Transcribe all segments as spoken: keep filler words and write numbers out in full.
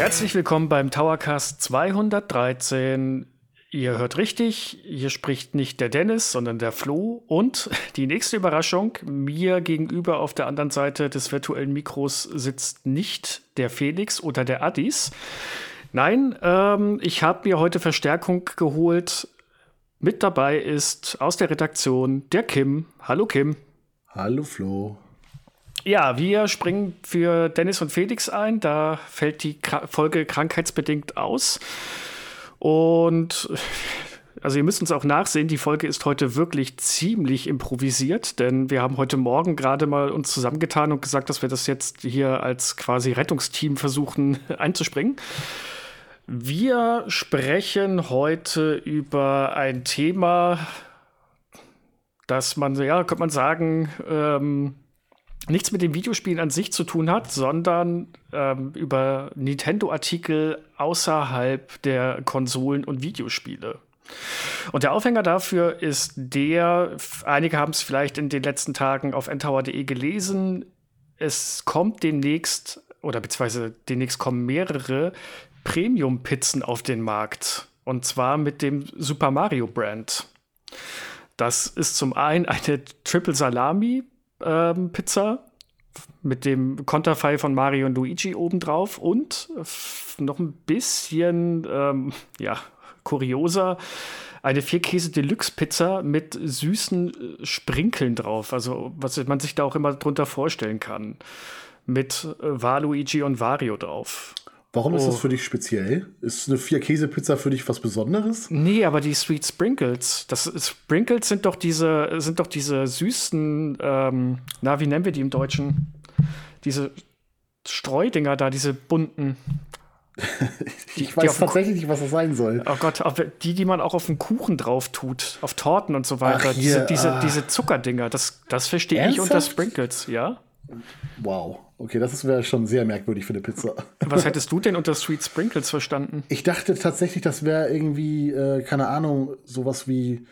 Herzlich willkommen beim Towercast zweihundertdreizehn. Ihr hört richtig, hier spricht nicht der Dennis, sondern der Flo. Und die nächste Überraschung, mir gegenüber auf der anderen Seite des virtuellen Mikros sitzt nicht der Felix oder der Addis. Nein, ähm, ich habe mir heute Verstärkung geholt. Mit dabei ist aus der Redaktion der Kim. Hallo Kim. Hallo Flo. Ja, wir springen für Dennis und Felix ein. Da fällt die Kra- Folge krankheitsbedingt aus. Und also ihr müsst uns auch nachsehen, die Folge ist heute wirklich ziemlich improvisiert, denn wir haben heute Morgen gerade mal uns zusammengetan und gesagt, dass wir das jetzt hier als quasi Rettungsteam versuchen einzuspringen. Wir sprechen heute über ein Thema, das man, ja, könnte man sagen, ähm, nichts mit den Videospielen an sich zu tun hat, sondern ähm, über Nintendo-Artikel außerhalb der Konsolen und Videospiele. Und der Aufhänger dafür ist der, einige haben es vielleicht in den letzten Tagen auf n tower punkt de gelesen, es kommt demnächst, oder beziehungsweise demnächst kommen mehrere Premium-Pizzen auf den Markt. Und zwar mit dem Super Mario Brand. Das ist zum einen eine Triple Salami Ähm, Pizza mit dem Konterfei von Mario und Luigi obendrauf und f- noch ein bisschen ähm, ja, kurioser, eine Vier-Käse-Deluxe-Pizza mit süßen äh, Sprinkeln drauf, also was man sich da auch immer drunter vorstellen kann, mit äh, Waluigi und Wario drauf. Warum ist Oh. das für dich speziell? Ist eine Vier-Käse-Pizza für dich was Besonderes? Nee, aber die Sweet Sprinkles, das ist, Sprinkles sind doch diese, sind doch diese süßen, ähm, na, wie nennen wir die im Deutschen? Diese Streudinger da, diese bunten. Ich die weiß auf dem tatsächlich nicht, was das sein soll. Oh Gott, auf, die, die man auch auf den Kuchen drauf tut, auf Torten und so weiter. Ach, diese, hier, diese, ah. diese Zuckerdinger, das, das verstehe ich unter Ernsthaft? Sprinkles, ja? Wow. Okay, das wäre schon sehr merkwürdig für eine Pizza. Was hättest du denn unter Sweet Sprinkles verstanden? Ich dachte tatsächlich, das wäre irgendwie, äh, keine Ahnung, sowas wie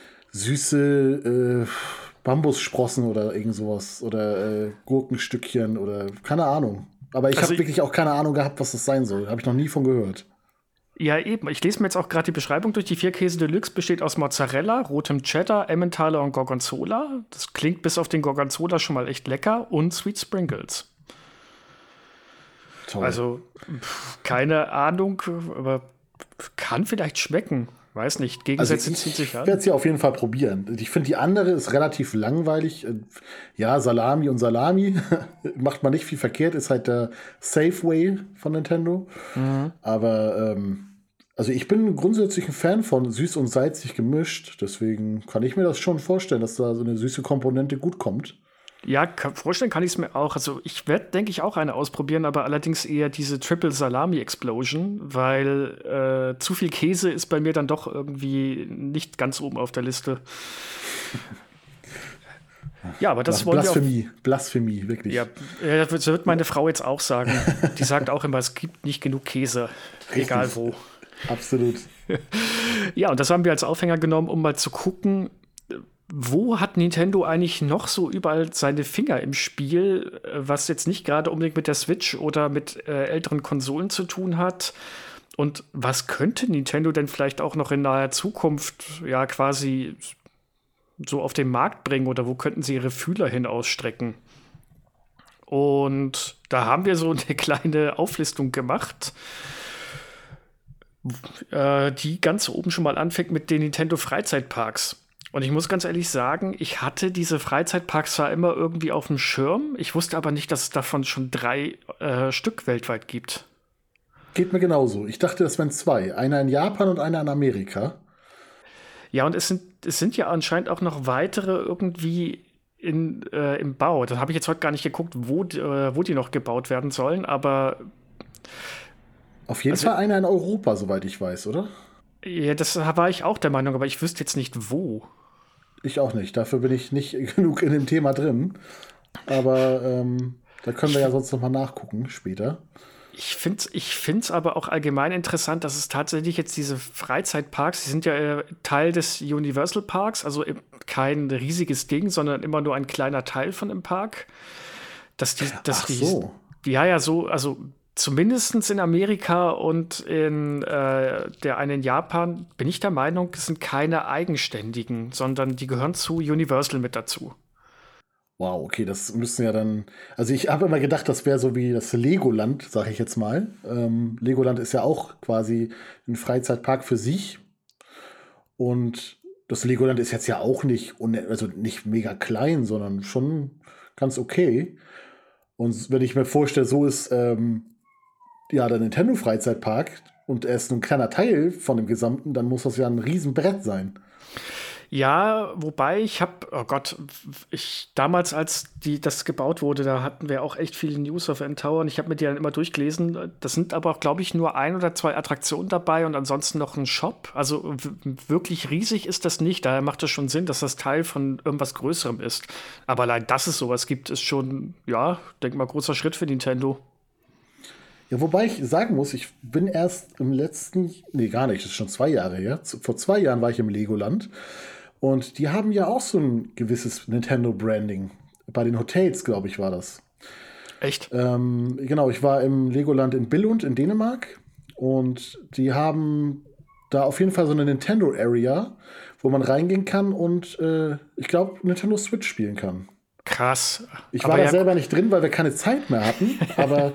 süße äh, Bambussprossen oder irgend sowas. Oder äh, Gurkenstückchen oder keine Ahnung. Aber ich Also habe ich- wirklich auch keine Ahnung gehabt, was das sein soll. Habe ich noch nie von gehört. Ja, eben. Ich lese mir jetzt auch gerade die Beschreibung durch. Die Vier-Käse Deluxe besteht aus Mozzarella, rotem Cheddar, Emmentaler und Gorgonzola. Das klingt bis auf den Gorgonzola schon mal echt lecker. Und Sweet Sprinkles. Toll. Also, pff, keine Ahnung, aber kann vielleicht schmecken. Weiß nicht. Also Gegensätze ich ziehen sich an. werde es ja auf jeden Fall probieren. Ich finde, die andere ist relativ langweilig. Ja, Salami und Salami macht man nicht viel verkehrt. Ist halt der Safe Way von Nintendo. Mhm. Aber ähm, also ich bin grundsätzlich ein Fan von süß und salzig gemischt. Deswegen kann ich mir das schon vorstellen, dass da so eine süße Komponente gut kommt. Ja, kann, vorstellen kann ich es mir auch. Also ich werde, denke ich, auch eine ausprobieren, aber allerdings eher diese Triple Salami Explosion, weil äh, zu viel Käse ist bei mir dann doch irgendwie nicht ganz oben auf der Liste. Ja, aber das wollen wir Blasphemie, Blasphemie, wirklich. auch. Ja, ja, das wird meine Frau jetzt auch sagen. Die sagt auch immer, es gibt nicht genug Käse, egal wo. Absolut. Ja, und das haben wir als Aufhänger genommen, um mal zu gucken, wo hat Nintendo eigentlich noch so überall seine Finger im Spiel, äh, was jetzt nicht gerade unbedingt mit der Switch oder mit äh, älteren Konsolen zu tun hat? Und was könnte Nintendo denn vielleicht auch noch in naher Zukunft ja quasi so auf den Markt bringen oder wo könnten sie ihre Fühler hin ausstrecken? Und da haben wir so eine kleine Auflistung gemacht, äh, die ganz oben schon mal anfängt mit den Nintendo Freizeitparks. Und ich muss ganz ehrlich sagen, ich hatte diese Freizeitparks zwar immer irgendwie auf dem Schirm, ich wusste aber nicht, dass es davon schon drei äh, Stück weltweit gibt. Geht mir genauso. Ich dachte, das wären zwei. Einer in Japan und einer in Amerika. Ja, und es sind, es sind ja anscheinend auch noch weitere irgendwie in, äh, im Bau. Da habe ich jetzt heute gar nicht geguckt, wo, äh, wo die noch gebaut werden sollen, aber Auf jeden Also- Fall einer in Europa, soweit ich weiß, oder? ja, das war ich auch der Meinung, aber ich wüsste jetzt nicht, wo. Ich auch nicht. Dafür bin ich nicht genug in dem Thema drin. Aber ähm, da können wir ja sonst noch mal nachgucken später. Ich finde es ich find's aber auch allgemein interessant, dass es tatsächlich jetzt diese Freizeitparks, die sind ja äh, Teil des Universal Parks, also äh, kein riesiges Ding, sondern immer nur ein kleiner Teil von dem Park. Dass die, dass Ach die, so. Ja, ja, so, also Zumindest in Amerika und in äh, der einen in Japan bin ich der Meinung, es sind keine eigenständigen, sondern die gehören zu Universal mit dazu. Wow, okay, das müssen ja dann. Also ich habe immer gedacht, das wäre so wie das Legoland, sage ich jetzt mal. Ähm, Legoland ist ja auch quasi ein Freizeitpark für sich. Und das Legoland ist jetzt ja auch nicht, une- also nicht mega klein, sondern schon ganz okay. Und wenn ich mir vorstelle, so ist ähm, ja der Nintendo Freizeitpark und er ist nur ein kleiner Teil von dem Gesamten, dann muss das ja ein Riesenbrett sein. Ja, wobei ich habe, oh Gott, ich damals, als die, das gebaut wurde, da hatten wir auch echt viele News auf N Tower und ich habe mir die dann immer durchgelesen. Das sind aber auch, glaube ich, nur ein oder zwei Attraktionen dabei und ansonsten noch ein Shop. Also w- wirklich riesig ist das nicht. Daher macht es schon Sinn, dass das Teil von irgendwas Größerem ist. Aber allein, dass es sowas gibt, ist schon, ja, denk mal, großer Schritt für Nintendo. Ja, wobei ich sagen muss, ich bin erst im letzten, nee, gar nicht, das ist schon zwei Jahre her. Zu- Vor zwei Jahren war ich im Legoland und die haben ja auch so ein gewisses Nintendo-Branding. Bei den Hotels, glaube ich, war das. Echt? Ähm, genau, ich war im Legoland in Billund in Dänemark und die haben da auf jeden Fall so eine Nintendo-Area, wo man reingehen kann und äh, ich glaube, Nintendo Switch spielen kann. Krass. Ich Aber war da ja, selber nicht drin, weil wir keine Zeit mehr hatten, aber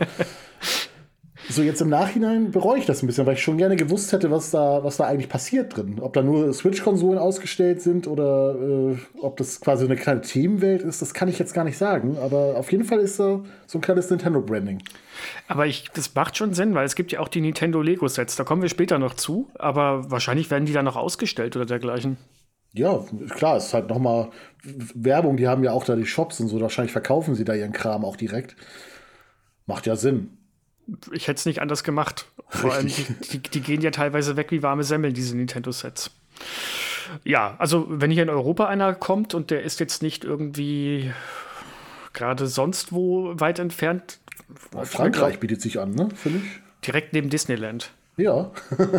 so jetzt im Nachhinein bereue ich das ein bisschen, weil ich schon gerne gewusst hätte, was da, was da eigentlich passiert drin. Ob da nur Switch-Konsolen ausgestellt sind oder äh, ob das quasi eine kleine Themenwelt ist, das kann ich jetzt gar nicht sagen. Aber auf jeden Fall ist da so ein kleines Nintendo-Branding. aber ich, das macht schon Sinn, weil es gibt ja auch die Nintendo Lego-Sets. Da kommen wir später noch zu. Aber wahrscheinlich werden die dann noch ausgestellt oder dergleichen. Ja, klar, es ist halt nochmal Werbung, die haben ja auch da die Shops und so, wahrscheinlich verkaufen sie da ihren Kram auch direkt. Macht ja Sinn. Ich hätte es nicht anders gemacht. Vor allem, die, Richtig. die, die gehen ja teilweise weg wie warme Semmeln, diese Nintendo-Sets. Ja, also wenn hier in Europa einer kommt und der ist jetzt nicht irgendwie gerade sonst wo weit entfernt, Frankreich bietet sich an, ne, finde ich. direkt neben Disneyland. Ja.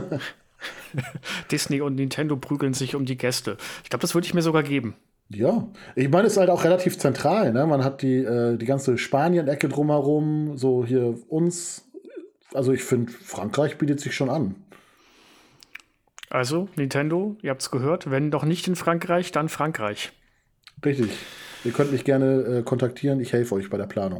Disney und Nintendo prügeln sich um die Gäste. Ich glaube, das würde ich mir sogar geben. Ja, ich meine, es ist halt auch relativ zentral, ne? Man hat die, äh, die ganze Spanien-Ecke drumherum, so hier uns. Also ich finde, Frankreich bietet sich schon an. Also, Nintendo, ihr habt es gehört, wenn doch nicht in Frankreich, dann Frankreich. Richtig. Ihr könnt mich gerne äh, kontaktieren, ich helfe euch bei der Planung.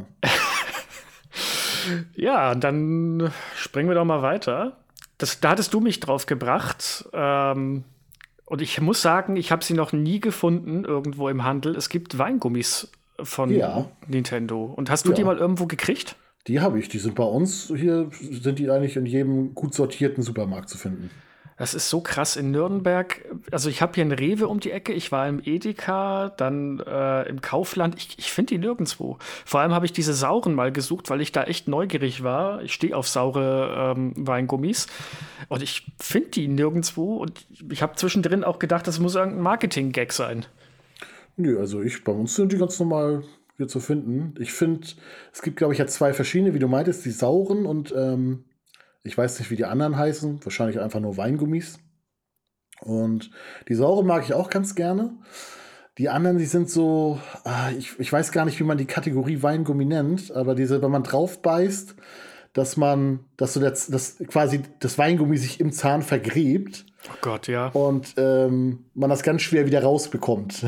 Ja, dann springen wir doch mal weiter. Das, da hattest du mich drauf gebracht. Ähm, und ich muss sagen, ich habe sie noch nie gefunden irgendwo im Handel. Es gibt Weingummis von Ja. Nintendo. Und hast du Ja. die mal irgendwo gekriegt? Die habe ich, die sind bei uns hier, sind die eigentlich in jedem gut sortierten Supermarkt zu finden. Das ist so krass in Nürnberg. Also ich habe hier einen Rewe um die Ecke, ich war im Edeka, dann äh, im Kaufland. Ich, ich finde die nirgendwo. Vor allem habe ich diese sauren mal gesucht, weil ich da echt neugierig war. Ich stehe auf saure ähm, Weingummis und ich finde die nirgendwo. Und ich habe zwischendrin auch gedacht, das muss irgendein Marketing-Gag sein. Nö, also ich, bei uns sind die ganz normal hier zu finden. Ich finde, es gibt, glaube ich, ja zwei verschiedene, wie du meintest, die sauren und ähm, ich weiß nicht, wie die anderen heißen. Wahrscheinlich einfach nur Weingummis. Und die sauren mag ich auch ganz gerne. Die anderen, die sind so, ah, ich, ich weiß gar nicht, wie man die Kategorie Weingummi nennt, aber diese, wenn man drauf beißt, dass man, dass so das, das quasi das Weingummi sich im Zahn vergräbt Oh Gott, ja. und ähm, man das ganz schwer wieder rausbekommt.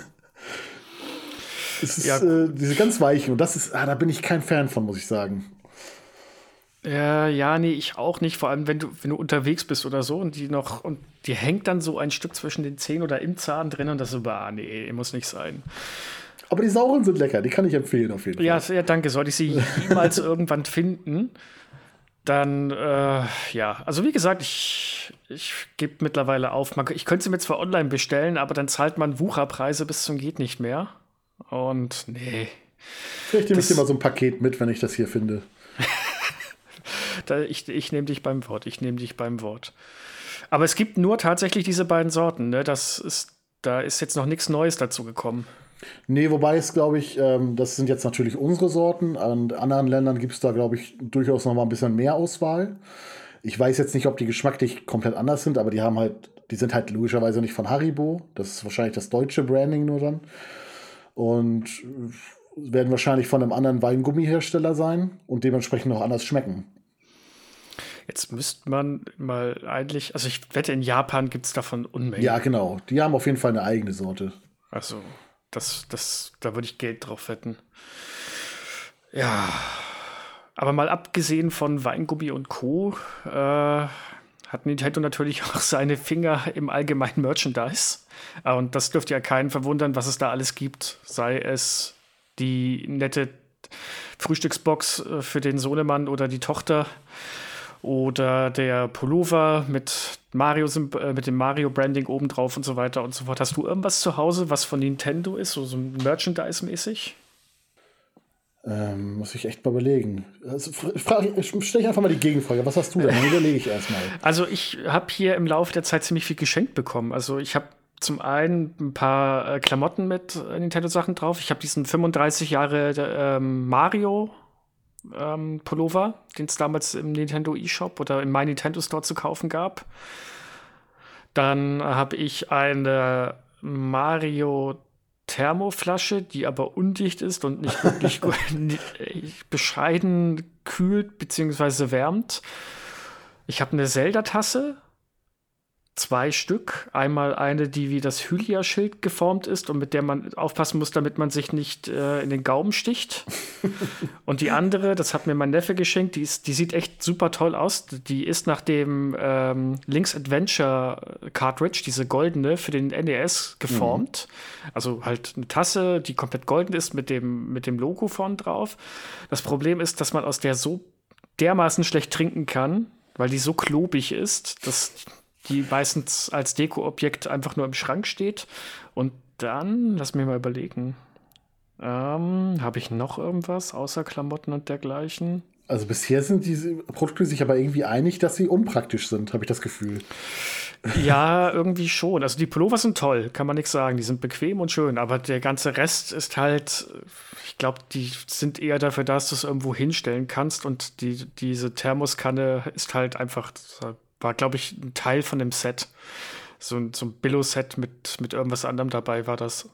Es ist Ja. äh, diese ganz weichen und das ist, ah, da bin ich kein Fan von, muss ich sagen. Ja, ja, nee, ich auch nicht. Vor allem, wenn du, wenn du unterwegs bist oder so und die noch, und die hängt dann so ein Stück zwischen den Zähnen oder im Zahn drin und das so, ah, nee, muss nicht sein. Aber die sauren sind lecker, die kann ich empfehlen auf jeden Fall. Ja, sehr danke. Sollte ich sie jemals irgendwann finden, dann, äh, ja. Also wie gesagt, ich, ich gebe mittlerweile auf. Man, ich könnte sie mir zwar online bestellen, aber dann zahlt man Wucherpreise bis zum geht nicht mehr. Und nee, Vielleicht nehme ich das- dir mal so ein Paket mit, wenn ich das hier finde. da, ich, ich nehme dich beim Wort. Ich nehme dich beim Wort. Aber es gibt nur tatsächlich diese beiden Sorten. Ne? Das ist, da ist jetzt noch nichts Neues dazu gekommen. Nee, wobei es, glaube ich, ähm, das sind jetzt natürlich unsere Sorten. An anderen Ländern gibt es da, glaube ich, durchaus noch mal ein bisschen mehr Auswahl. Ich weiß jetzt nicht, ob die geschmacklich komplett anders sind, aber die haben halt, die sind halt logischerweise nicht von Haribo. Das ist wahrscheinlich das deutsche Branding nur dann. Und werden wahrscheinlich von einem anderen Weingummihersteller sein und dementsprechend auch anders schmecken. Jetzt müsste man mal eigentlich, also ich wette, in Japan gibt es davon Unmengen. Ja, genau. Die haben auf jeden Fall eine eigene Sorte. Also, das, das, da würde ich Geld drauf wetten. Ja, aber mal abgesehen von Weingummi und Co. Äh, hat Nintendo natürlich auch seine Finger im allgemeinen Merchandise. Äh, und das dürfte ja keinen verwundern, was es da alles gibt. Sei es die nette Frühstücksbox äh, für den Sohnemann oder die Tochter. Oder der Pullover mit Mario, äh, mit dem Mario-Branding obendrauf und so weiter und so fort. Hast du irgendwas zu Hause, was von Nintendo ist, so, so Merchandise-mäßig? Ähm, muss ich echt mal überlegen. Also, stelle ich einfach mal die Gegenfrage. Was hast du denn? Dann überlege ich erstmal. Also ich habe hier im Laufe der Zeit ziemlich viel geschenkt bekommen. Also ich habe zum einen ein paar äh, Klamotten mit äh, Nintendo-Sachen drauf. Ich habe diesen fünfunddreißig Jahre ähm, Mario Ähm, Pullover, den es damals im Nintendo eShop oder im My Nintendo Store zu kaufen gab. Dann habe ich eine Mario Thermoflasche, die aber undicht ist und nicht wirklich gut, bescheiden kühlt bzw. wärmt. Ich habe eine Zelda-Tasse, zwei Stück. Einmal eine, die wie das Hylia-Schild geformt ist und mit der man aufpassen muss, damit man sich nicht äh, in den Gaumen sticht. Und die andere, das hat mir mein Neffe geschenkt, die, ist, die sieht echt super toll aus. Die ist nach dem ähm, Link's Adventure Cartridge, diese goldene, für den N E S geformt. Mhm. Also halt eine Tasse, die komplett golden ist mit dem, mit dem Logo vorn drauf. Das Problem ist, dass man aus der so dermaßen schlecht trinken kann, weil die so klobig ist, dass die meistens als Deko-Objekt einfach nur im Schrank steht. Und dann, lass mich mal überlegen, ähm, habe ich noch irgendwas außer Klamotten und dergleichen? Also bisher sind diese Produkte sich aber irgendwie einig, dass sie unpraktisch sind, habe ich das Gefühl. Ja, irgendwie schon. Also die Pullover sind toll, kann man nichts sagen. Die sind bequem und schön, aber der ganze Rest ist halt, ich glaube, die sind eher dafür da, dass du es irgendwo hinstellen kannst. Und die, diese Thermoskanne ist halt einfach, war, glaube ich, ein Teil von dem Set. So ein, so ein Billo-Set mit, mit irgendwas anderem dabei war das.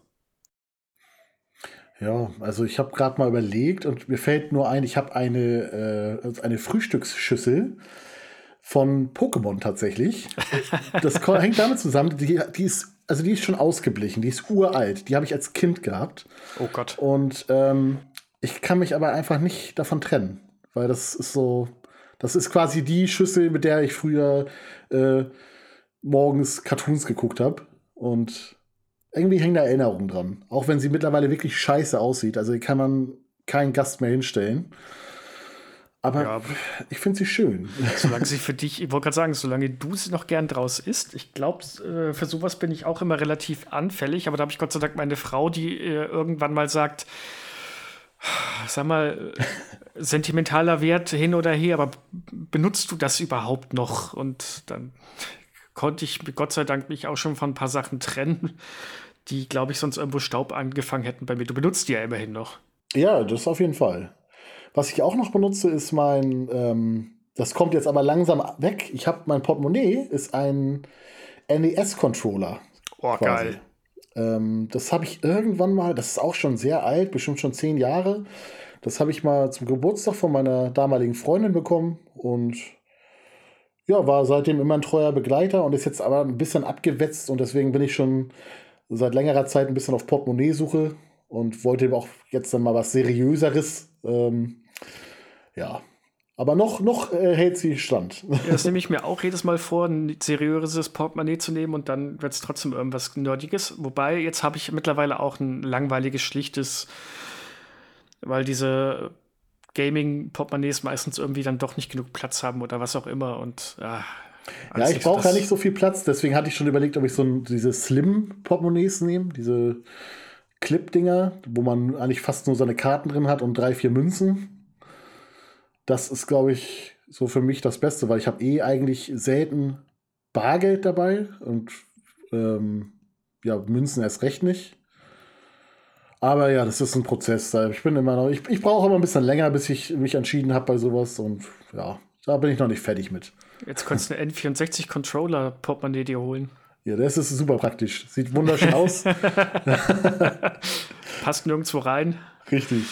Ja, also ich habe gerade mal überlegt und mir fällt nur ein, ich habe eine, äh, eine Frühstücksschüssel von Pokémon tatsächlich. Das hängt damit zusammen, die, die ist, also die ist schon ausgeblichen, die ist uralt, die habe ich als Kind gehabt. Oh Gott. Und ähm, ich kann mich aber einfach nicht davon trennen, weil das ist so, das ist quasi die Schüssel, mit der ich früher äh, morgens Cartoons geguckt habe. Und irgendwie hängen da Erinnerungen dran. Auch wenn sie mittlerweile wirklich scheiße aussieht. Also die kann man keinen Gast mehr hinstellen. Aber ja, ich finde sie schön. Solange sie für dich, ich wollte gerade sagen, solange du sie noch gern draus isst. Ich glaube, äh, für sowas bin ich auch immer relativ anfällig. Aber da habe ich Gott sei Dank meine Frau, die äh, irgendwann mal sagt, sag mal, sentimentaler Wert hin oder her, aber benutzt du das überhaupt noch? Und dann konnte ich Gott sei Dank mich auch schon von ein paar Sachen trennen, die, glaube ich, sonst irgendwo Staub angefangen hätten bei mir. Du benutzt die ja immerhin noch. Ja, das auf jeden Fall. Was ich auch noch benutze, ist mein, ähm, das kommt jetzt aber langsam weg. Ich habe mein Portemonnaie, ist ein N E S-Controller. Oh, quasi. Geil. Ähm, das habe ich irgendwann mal, das ist auch schon sehr alt, bestimmt schon zehn Jahre. Das habe ich mal zum Geburtstag von meiner damaligen Freundin bekommen und ja, war seitdem immer ein treuer Begleiter und ist jetzt aber ein bisschen abgewetzt und deswegen bin ich schon seit längerer Zeit ein bisschen auf Portemonnaie-Suche und wollte auch jetzt dann mal was Seriöseres. Ähm, ja, aber noch, noch äh, hält sie stand. Ja, das nehme ich mir auch jedes Mal vor, ein seriöses Portemonnaie zu nehmen und dann wird es trotzdem irgendwas Nerdiges. Wobei, jetzt habe ich mittlerweile auch ein langweiliges, schlichtes, weil diese Gaming-Portemonnaies meistens irgendwie dann doch nicht genug Platz haben oder was auch immer. Und ja, ja ich brauche ja nicht so viel Platz, deswegen hatte ich schon überlegt, ob ich so ein, diese Slim-Portemonnaies nehme, diese Clip-Dinger, wo man eigentlich fast nur seine Karten drin hat und drei, vier Münzen. Das ist, glaube ich, so für mich das Beste, weil ich habe eh eigentlich selten Bargeld dabei und ähm, ja, Münzen erst recht nicht. Aber ja, das ist ein Prozess. Ich bin immer noch, ich, ich brauche immer ein bisschen länger, bis ich mich entschieden habe bei sowas. Und ja, da bin ich noch nicht fertig mit. Jetzt könntest du eine N vierundsechzig-Controller-Portemonnaie dir holen. Ja, das ist super praktisch. Sieht wunderschön aus. Passt nirgendwo rein. Richtig.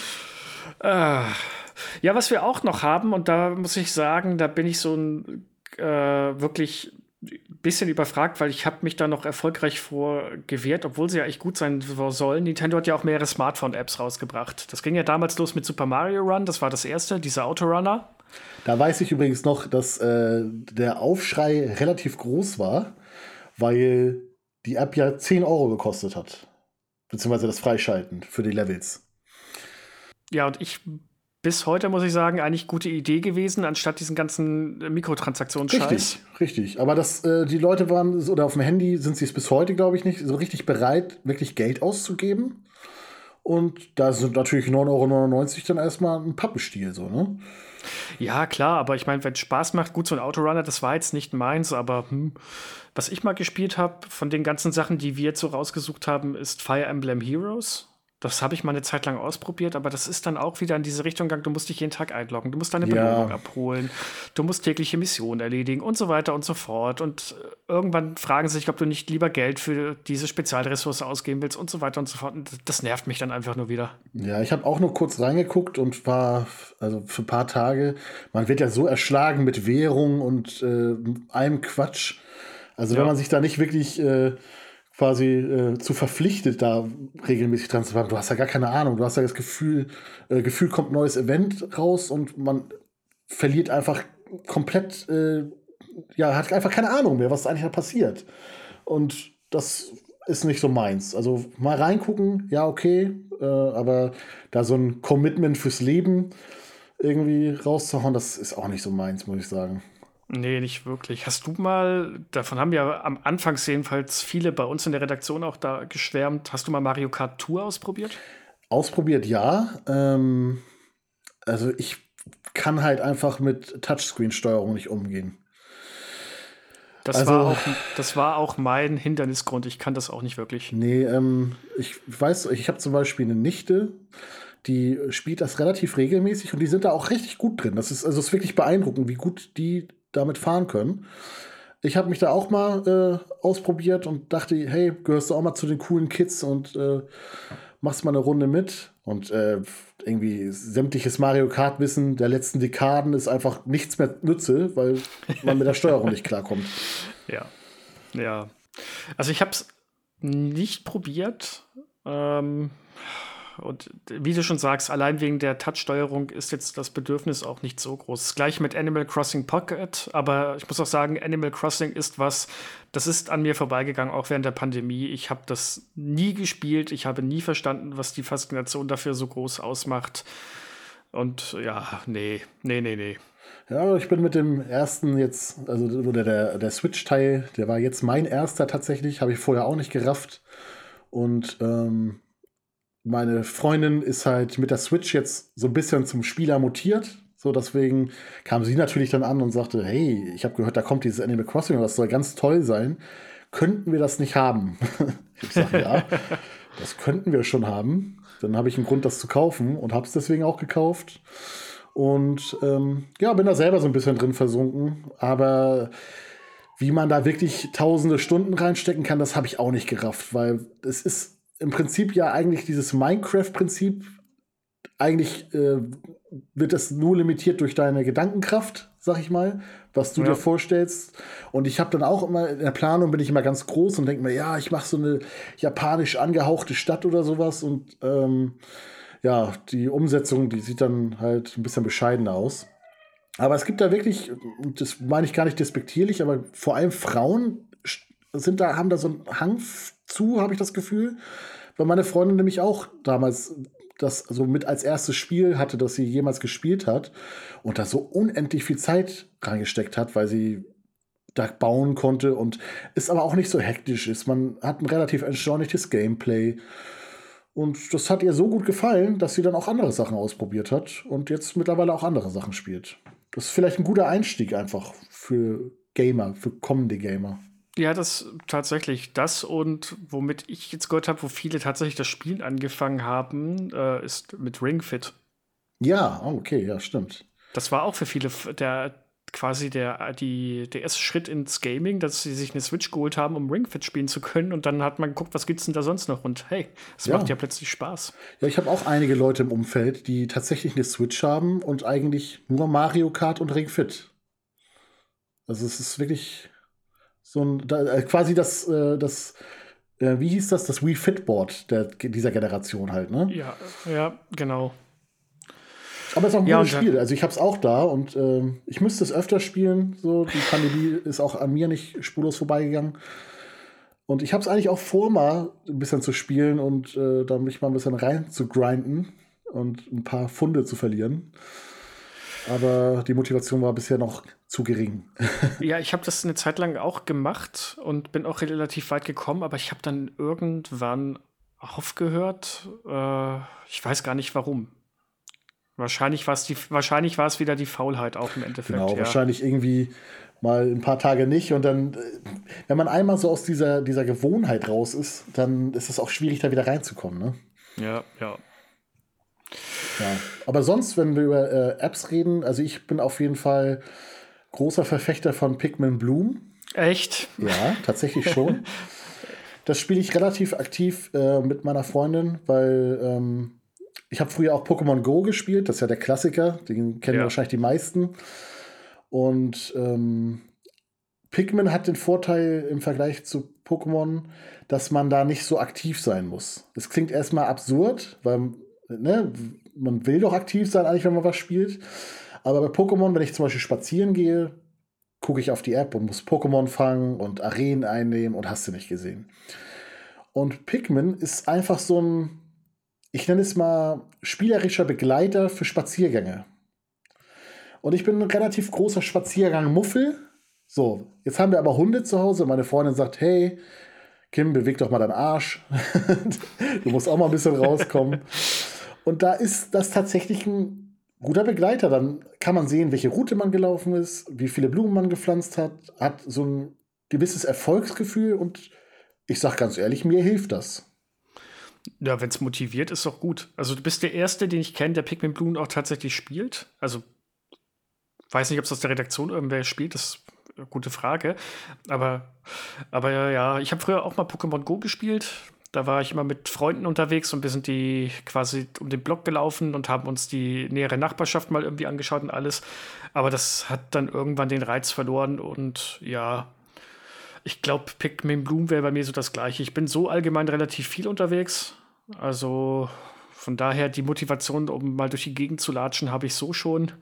Äh, ja, was wir auch noch haben, und da muss ich sagen, da bin ich so ein äh, wirklich bisschen überfragt, weil ich habe mich da noch erfolgreich vor gewehrt, obwohl sie ja echt gut sein sollen. Nintendo hat ja auch mehrere Smartphone-Apps rausgebracht. Das ging ja damals los mit Super Mario Run, das war das erste, dieser Autorunner. Da weiß ich übrigens noch, dass äh, der Aufschrei relativ groß war, weil die App ja zehn Euro gekostet hat. Beziehungsweise das Freischalten für die Levels. Ja, und ich bis heute, muss ich sagen, eigentlich gute Idee gewesen, anstatt diesen ganzen Mikrotransaktionsscheiß. Richtig, richtig. Aber das, äh, die Leute waren, oder auf dem Handy sind sie es bis heute, glaube ich, nicht so richtig bereit, wirklich Geld auszugeben. Und da sind natürlich neun Euro neunundneunzig dann erstmal ein Pappenstiel, so, ne? Ja, klar, aber ich meine, wenn es Spaß macht, gut, so ein Autorunner, das war jetzt nicht meins, aber hm, was ich mal gespielt habe, von den ganzen Sachen, die wir jetzt so rausgesucht haben, ist Fire Emblem Heroes. Das habe ich mal eine Zeit lang ausprobiert, aber das ist dann auch wieder in diese Richtung gegangen, du musst dich jeden Tag einloggen, du musst deine Ja. Belohnung abholen, du musst tägliche Missionen erledigen und so weiter und so fort. Und äh, irgendwann fragen sie sich, ob du nicht lieber Geld für diese Spezialressource ausgeben willst und so weiter und so fort. Und das nervt mich dann einfach nur wieder. Ja, ich habe auch nur kurz reingeguckt und war, also für ein paar Tage, man wird ja so erschlagen mit Währung und äh, allem Quatsch. Also Ja. wenn man sich da nicht wirklich äh, quasi äh, zu verpflichtet, da regelmäßig dran zu bleiben, du hast ja gar keine Ahnung. Du hast ja das Gefühl, äh, Gefühl kommt ein neues Event raus und man verliert einfach komplett, äh, ja, hat einfach keine Ahnung mehr, was eigentlich da passiert. Und das ist nicht so meins. Also mal reingucken, ja, okay, äh, aber da so ein Commitment fürs Leben irgendwie rauszuhauen, das ist auch nicht so meins, muss ich sagen. Nee, nicht wirklich. Hast du mal, davon haben ja am Anfang jedenfalls viele bei uns in der Redaktion auch da geschwärmt, hast du mal Mario Kart Tour ausprobiert? Ausprobiert, ja. Ähm, also ich kann halt einfach mit Touchscreen-Steuerung nicht umgehen. Das, Also- war auch, das war auch mein Hindernisgrund. Ich kann das auch nicht wirklich. Nee, ähm, ich weiß, ich habe zum Beispiel eine Nichte, die spielt das relativ regelmäßig und die sind da auch richtig gut drin. Das ist also es ist wirklich beeindruckend, wie gut die damit fahren können. Ich habe mich da auch mal äh, ausprobiert und dachte, hey, gehörst du auch mal zu den coolen Kids und äh, machst mal eine Runde mit. Und äh, irgendwie sämtliches Mario Kart-Wissen der letzten Dekaden ist einfach nichts mehr nütze, weil man mit der Steuerung nicht klarkommt. Ja. Ja. Also ich habe es nicht probiert. Ähm, und wie du schon sagst, allein wegen der Touch-Steuerung ist jetzt das Bedürfnis auch nicht so groß. Das Gleiche mit Animal Crossing Pocket, aber ich muss auch sagen, Animal Crossing ist was, das ist an mir vorbeigegangen, auch während der Pandemie. Ich habe das nie gespielt, ich habe nie verstanden, was die Faszination dafür so groß ausmacht. Und ja, nee, nee, nee, nee. Ja, ich bin mit dem ersten jetzt, also oder der, der Switch-Teil, der war jetzt mein erster tatsächlich, habe ich vorher auch nicht gerafft. Und ähm, meine Freundin ist halt mit der Switch jetzt so ein bisschen zum Spieler mutiert. So, deswegen kam sie natürlich dann an und sagte, hey, ich habe gehört, da kommt dieses Animal Crossing und das soll ganz toll sein. Könnten wir das nicht haben? Ich sage, ja, das könnten wir schon haben. Dann habe ich einen Grund, das zu kaufen und habe es deswegen auch gekauft. Und ähm, ja, bin da selber so ein bisschen drin versunken. Aber wie man da wirklich tausende Stunden reinstecken kann, das habe ich auch nicht gerafft, weil es ist im Prinzip ja eigentlich dieses Minecraft-Prinzip. Eigentlich äh, wird das nur limitiert durch deine Gedankenkraft, sag ich mal, was du Ja. dir vorstellst. Und ich habe dann auch immer, in der Planung bin ich immer ganz groß und denke mir, ja, ich mache so eine japanisch angehauchte Stadt oder sowas. Und ähm, ja, die Umsetzung, die sieht dann halt ein bisschen bescheidener aus. Aber es gibt da wirklich, und das meine ich gar nicht despektierlich, aber vor allem Frauen sind da, haben da so einen Hang f- zu, habe ich das Gefühl. Weil meine Freundin nämlich auch damals das so mit als erstes Spiel hatte, das sie jemals gespielt hat und da so unendlich viel Zeit reingesteckt hat, weil sie da bauen konnte und es aber auch nicht so hektisch ist. Man hat ein relativ entschleunigtes Gameplay. Und das hat ihr so gut gefallen, dass sie dann auch andere Sachen ausprobiert hat und jetzt mittlerweile auch andere Sachen spielt. Das ist vielleicht ein guter Einstieg einfach für Gamer, für kommende Gamer. Ja, das tatsächlich das und womit ich jetzt gehört habe, wo viele tatsächlich das Spielen angefangen haben, äh, ist mit Ring Fit. Ja, oh, okay, ja, stimmt. Das war auch für viele f- der quasi der, die, der erste Schritt ins Gaming, dass sie sich eine Switch geholt haben, um Ring Fit spielen zu können. Und dann hat man geguckt, was gibt's denn da sonst noch? Und hey, es Ja. macht ja plötzlich Spaß. Ja, ich habe auch einige Leute im Umfeld, die tatsächlich eine Switch haben und eigentlich nur Mario Kart und Ring Fit. Also es ist wirklich so ein, da, äh, quasi das, äh, das äh, wie hieß das, das Wii Fit Board der, dieser Generation halt, ne? Ja, ja, genau. Aber es ist auch ein Ja, gutes und, Spiel. Also ich habe es auch da und ähm, ich müsste es öfter spielen. So, die Pandemie ist auch an mir nicht spurlos vorbeigegangen. Und ich habe es eigentlich auch vor, mal ein bisschen zu spielen und äh, da mich mal ein bisschen rein zu grinden und ein paar Pfunde zu verlieren. Aber die Motivation war bisher noch zu gering. Ja, ich habe das eine Zeit lang auch gemacht und bin auch relativ weit gekommen, aber ich habe dann irgendwann aufgehört. Äh, ich weiß gar nicht warum. Wahrscheinlich war es die, wahrscheinlich war es wieder die Faulheit auch im Endeffekt. Genau, ja. wahrscheinlich irgendwie mal ein paar Tage nicht. Und dann, äh, wenn man einmal so aus dieser, dieser Gewohnheit raus ist, dann ist es auch schwierig, da wieder reinzukommen, ne? Ja, ja. Ja, aber sonst, wenn wir über äh, Apps reden, also ich bin auf jeden Fall großer Verfechter von Pikmin Bloom. Echt? Ja, tatsächlich schon. Das spiele ich relativ aktiv äh, mit meiner Freundin, weil ähm, ich habe früher auch Pokémon Go gespielt. Das ist ja der Klassiker, den kennen Ja. wahrscheinlich die meisten. Und ähm, Pikmin hat den Vorteil im Vergleich zu Pokémon, dass man da nicht so aktiv sein muss. Es klingt erstmal absurd, weil ne, man will doch aktiv sein, eigentlich, wenn man was spielt. Aber bei Pokémon, wenn ich zum Beispiel spazieren gehe, gucke ich auf die App und muss Pokémon fangen und Arenen einnehmen und hast du nicht gesehen. Und Pikmin ist einfach so ein, ich nenne es mal, spielerischer Begleiter für Spaziergänge. Und ich bin ein relativ großer Spaziergang-Muffel. So, jetzt haben wir aber Hunde zu Hause. Meine Freundin sagt, hey, Kim, beweg doch mal deinen Arsch. Du musst auch mal ein bisschen rauskommen. Und da ist das tatsächlich ein guter Begleiter. Dann kann man sehen, welche Route man gelaufen ist, wie viele Blumen man gepflanzt hat, hat so ein gewisses Erfolgsgefühl und ich sag ganz ehrlich, mir hilft das. Ja, wenn es motiviert, ist doch gut. Also du bist der Erste, den ich kenne, der Pikmin Bloom auch tatsächlich spielt. Also weiß nicht, ob es aus der Redaktion irgendwer spielt, das ist eine gute Frage. Aber, aber ja, ja, ich habe früher auch mal Pokémon Go gespielt. Da war ich immer mit Freunden unterwegs und wir sind die quasi um den Block gelaufen und haben uns die nähere Nachbarschaft mal irgendwie angeschaut und alles. Aber das hat dann irgendwann den Reiz verloren und ja, ich glaube, Pikmin Bloom wäre bei mir so das Gleiche. Ich bin so allgemein relativ viel unterwegs. Also von daher die Motivation, um mal durch die Gegend zu latschen, habe ich so schon.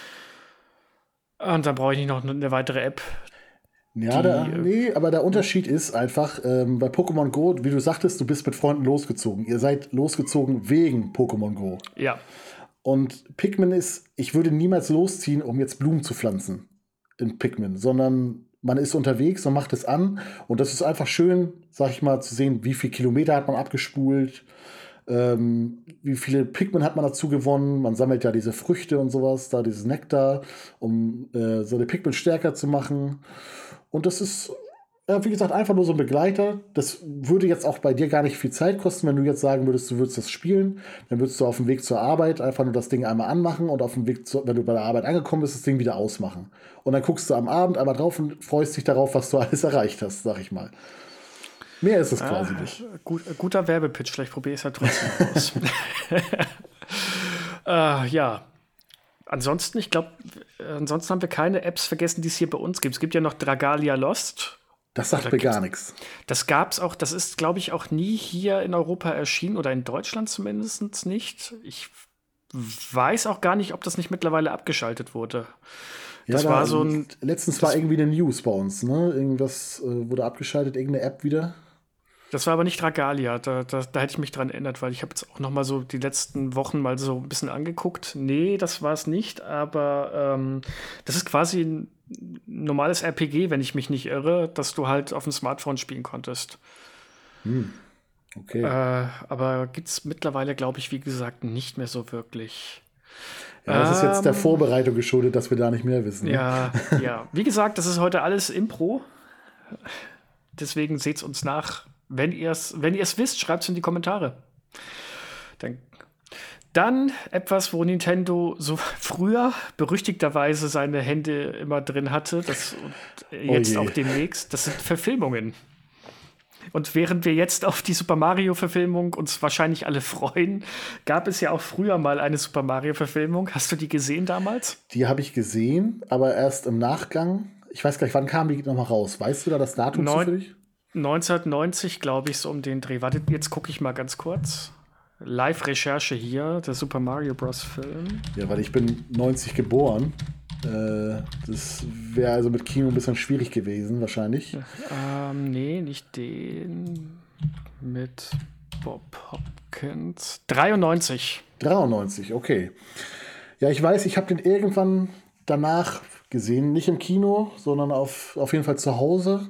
Und dann brauche ich nicht noch eine weitere App. Ja, Die, der, äh, nee, aber der Unterschied ist einfach, ähm, bei Pokémon Go, wie du sagtest, du bist mit Freunden losgezogen. Ihr seid losgezogen wegen Pokémon Go. Ja, Und Pikmin ist, ich würde niemals losziehen, um jetzt Blumen zu pflanzen in Pikmin, sondern man ist unterwegs und macht es an. Und das ist einfach schön, sag ich mal, zu sehen, wie viele Kilometer hat man abgespult, ähm, wie viele Pikmin hat man dazu gewonnen. Man sammelt ja diese Früchte und sowas, da dieses Nektar, um äh, seine Pikmin stärker zu machen. Und das ist, ja, wie gesagt, einfach nur so ein Begleiter. Das würde jetzt auch bei dir gar nicht viel Zeit kosten, wenn du jetzt sagen würdest, du würdest das spielen. Dann würdest du auf dem Weg zur Arbeit einfach nur das Ding einmal anmachen und auf dem Weg, zu, wenn du bei der Arbeit angekommen bist, das Ding wieder ausmachen. Und dann guckst du am Abend einmal drauf und freust dich darauf, was du alles erreicht hast, sag ich mal. Mehr ist es quasi ah, nicht. gut, guter Werbepitch, vielleicht probiere ich es ja trotzdem aus. äh, ja. Ansonsten, ich glaube, ansonsten haben wir keine Apps vergessen, die es hier bei uns gibt. Es gibt ja noch Dragalia Lost. Das sagt Da mir gibt's- gar nichts. Das gab es auch, das ist, glaube ich, auch nie hier in Europa erschienen oder in Deutschland zumindest nicht. Ich weiß auch gar nicht, ob das nicht mittlerweile abgeschaltet wurde. Das da- war so ein. Letztens war irgendwie eine News bei uns, ne? Irgendwas äh, wurde abgeschaltet, irgendeine App wieder. Das war aber nicht Dragalia, da, da, da hätte ich mich dran erinnert, weil ich habe jetzt auch noch mal so die letzten Wochen mal so ein bisschen angeguckt. Nee, das war es nicht, aber ähm, das ist quasi ein normales R P G, wenn ich mich nicht irre, dass du halt auf dem Smartphone spielen konntest. Okay. Äh, aber gibt es mittlerweile, glaube ich, wie gesagt, nicht mehr so wirklich. ja, das ist jetzt der ähm, Vorbereitung geschuldet, dass wir da nicht mehr wissen. Ne? Ja, ja. Wie gesagt, das ist heute alles Impro. Deswegen seht's uns nach. Wenn ihr es wenn ihr's wisst, schreibt es in die Kommentare. Dann, Dann etwas, wo Nintendo so früher berüchtigterweise seine Hände immer drin hatte, das und jetzt Oh je. auch demnächst, das sind Verfilmungen. Und während wir jetzt auf die Super Mario-Verfilmung uns wahrscheinlich alle freuen, gab es ja auch früher mal eine Super Mario-Verfilmung. Hast du die gesehen damals? Die habe ich gesehen, aber erst im Nachgang. Ich weiß gar nicht, wann kam die nochmal raus? Weißt du da das Datum Neun- zufällig? neunzehnhundertneunzig, glaube ich, so um den Dreh. Warte, jetzt gucke ich mal ganz kurz. Live-Recherche hier, der Super Mario Bros. Film. Ja, weil ich bin neunzig geboren. Äh, das wäre also mit Kino ein bisschen schwierig gewesen, wahrscheinlich. Ähm, nee, nicht den. Mit Bob Hopkins. dreiundneunzig. dreiundneunzig, okay. Ja, ich weiß, ich habe den irgendwann danach gesehen. Nicht im Kino, sondern auf, auf jeden Fall zu Hause.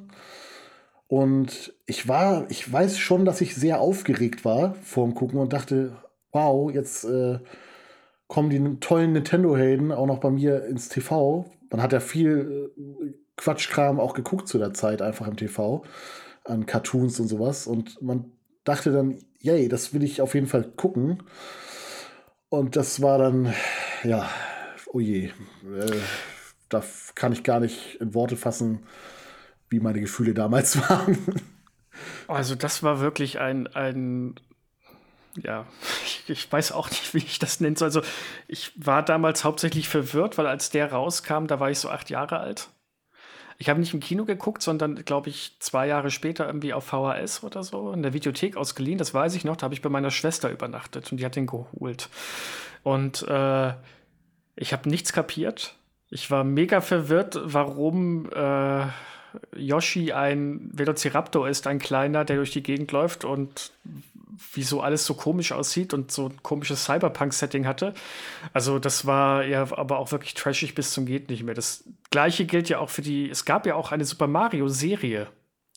Und ich war, ich weiß schon, dass ich sehr aufgeregt war vor dem Gucken und dachte, wow, jetzt äh, kommen die tollen Nintendo-Helden auch noch bei mir ins T V. Man hat ja viel äh, Quatschkram auch geguckt zu der Zeit, einfach im T V, an Cartoons und sowas. Und man dachte dann, yay, das will ich auf jeden Fall gucken. Und das war dann, ja, oh je, äh, da f- kann ich gar nicht in Worte fassen, wie meine Gefühle damals waren. Also, das war wirklich ein, ein ja, ich, ich weiß auch nicht, wie ich das nennen soll. Also, ich war damals hauptsächlich verwirrt, weil als der rauskam, da war ich so acht Jahre alt. Ich habe nicht im Kino geguckt, sondern, glaube ich, zwei Jahre später irgendwie auf V H S oder so in der Videothek ausgeliehen. Das weiß ich noch. Da habe ich bei meiner Schwester übernachtet und die hat den geholt. Und äh, ich habe nichts kapiert. Ich war mega verwirrt, warum äh, Yoshi ein Velociraptor ist, ein kleiner, der durch die Gegend läuft und wieso alles so komisch aussieht und so ein komisches Cyberpunk-Setting hatte. Also das war ja aber auch wirklich trashig bis zum geht nicht mehr. Das Gleiche gilt ja auch für die, es gab ja auch eine Super Mario-Serie.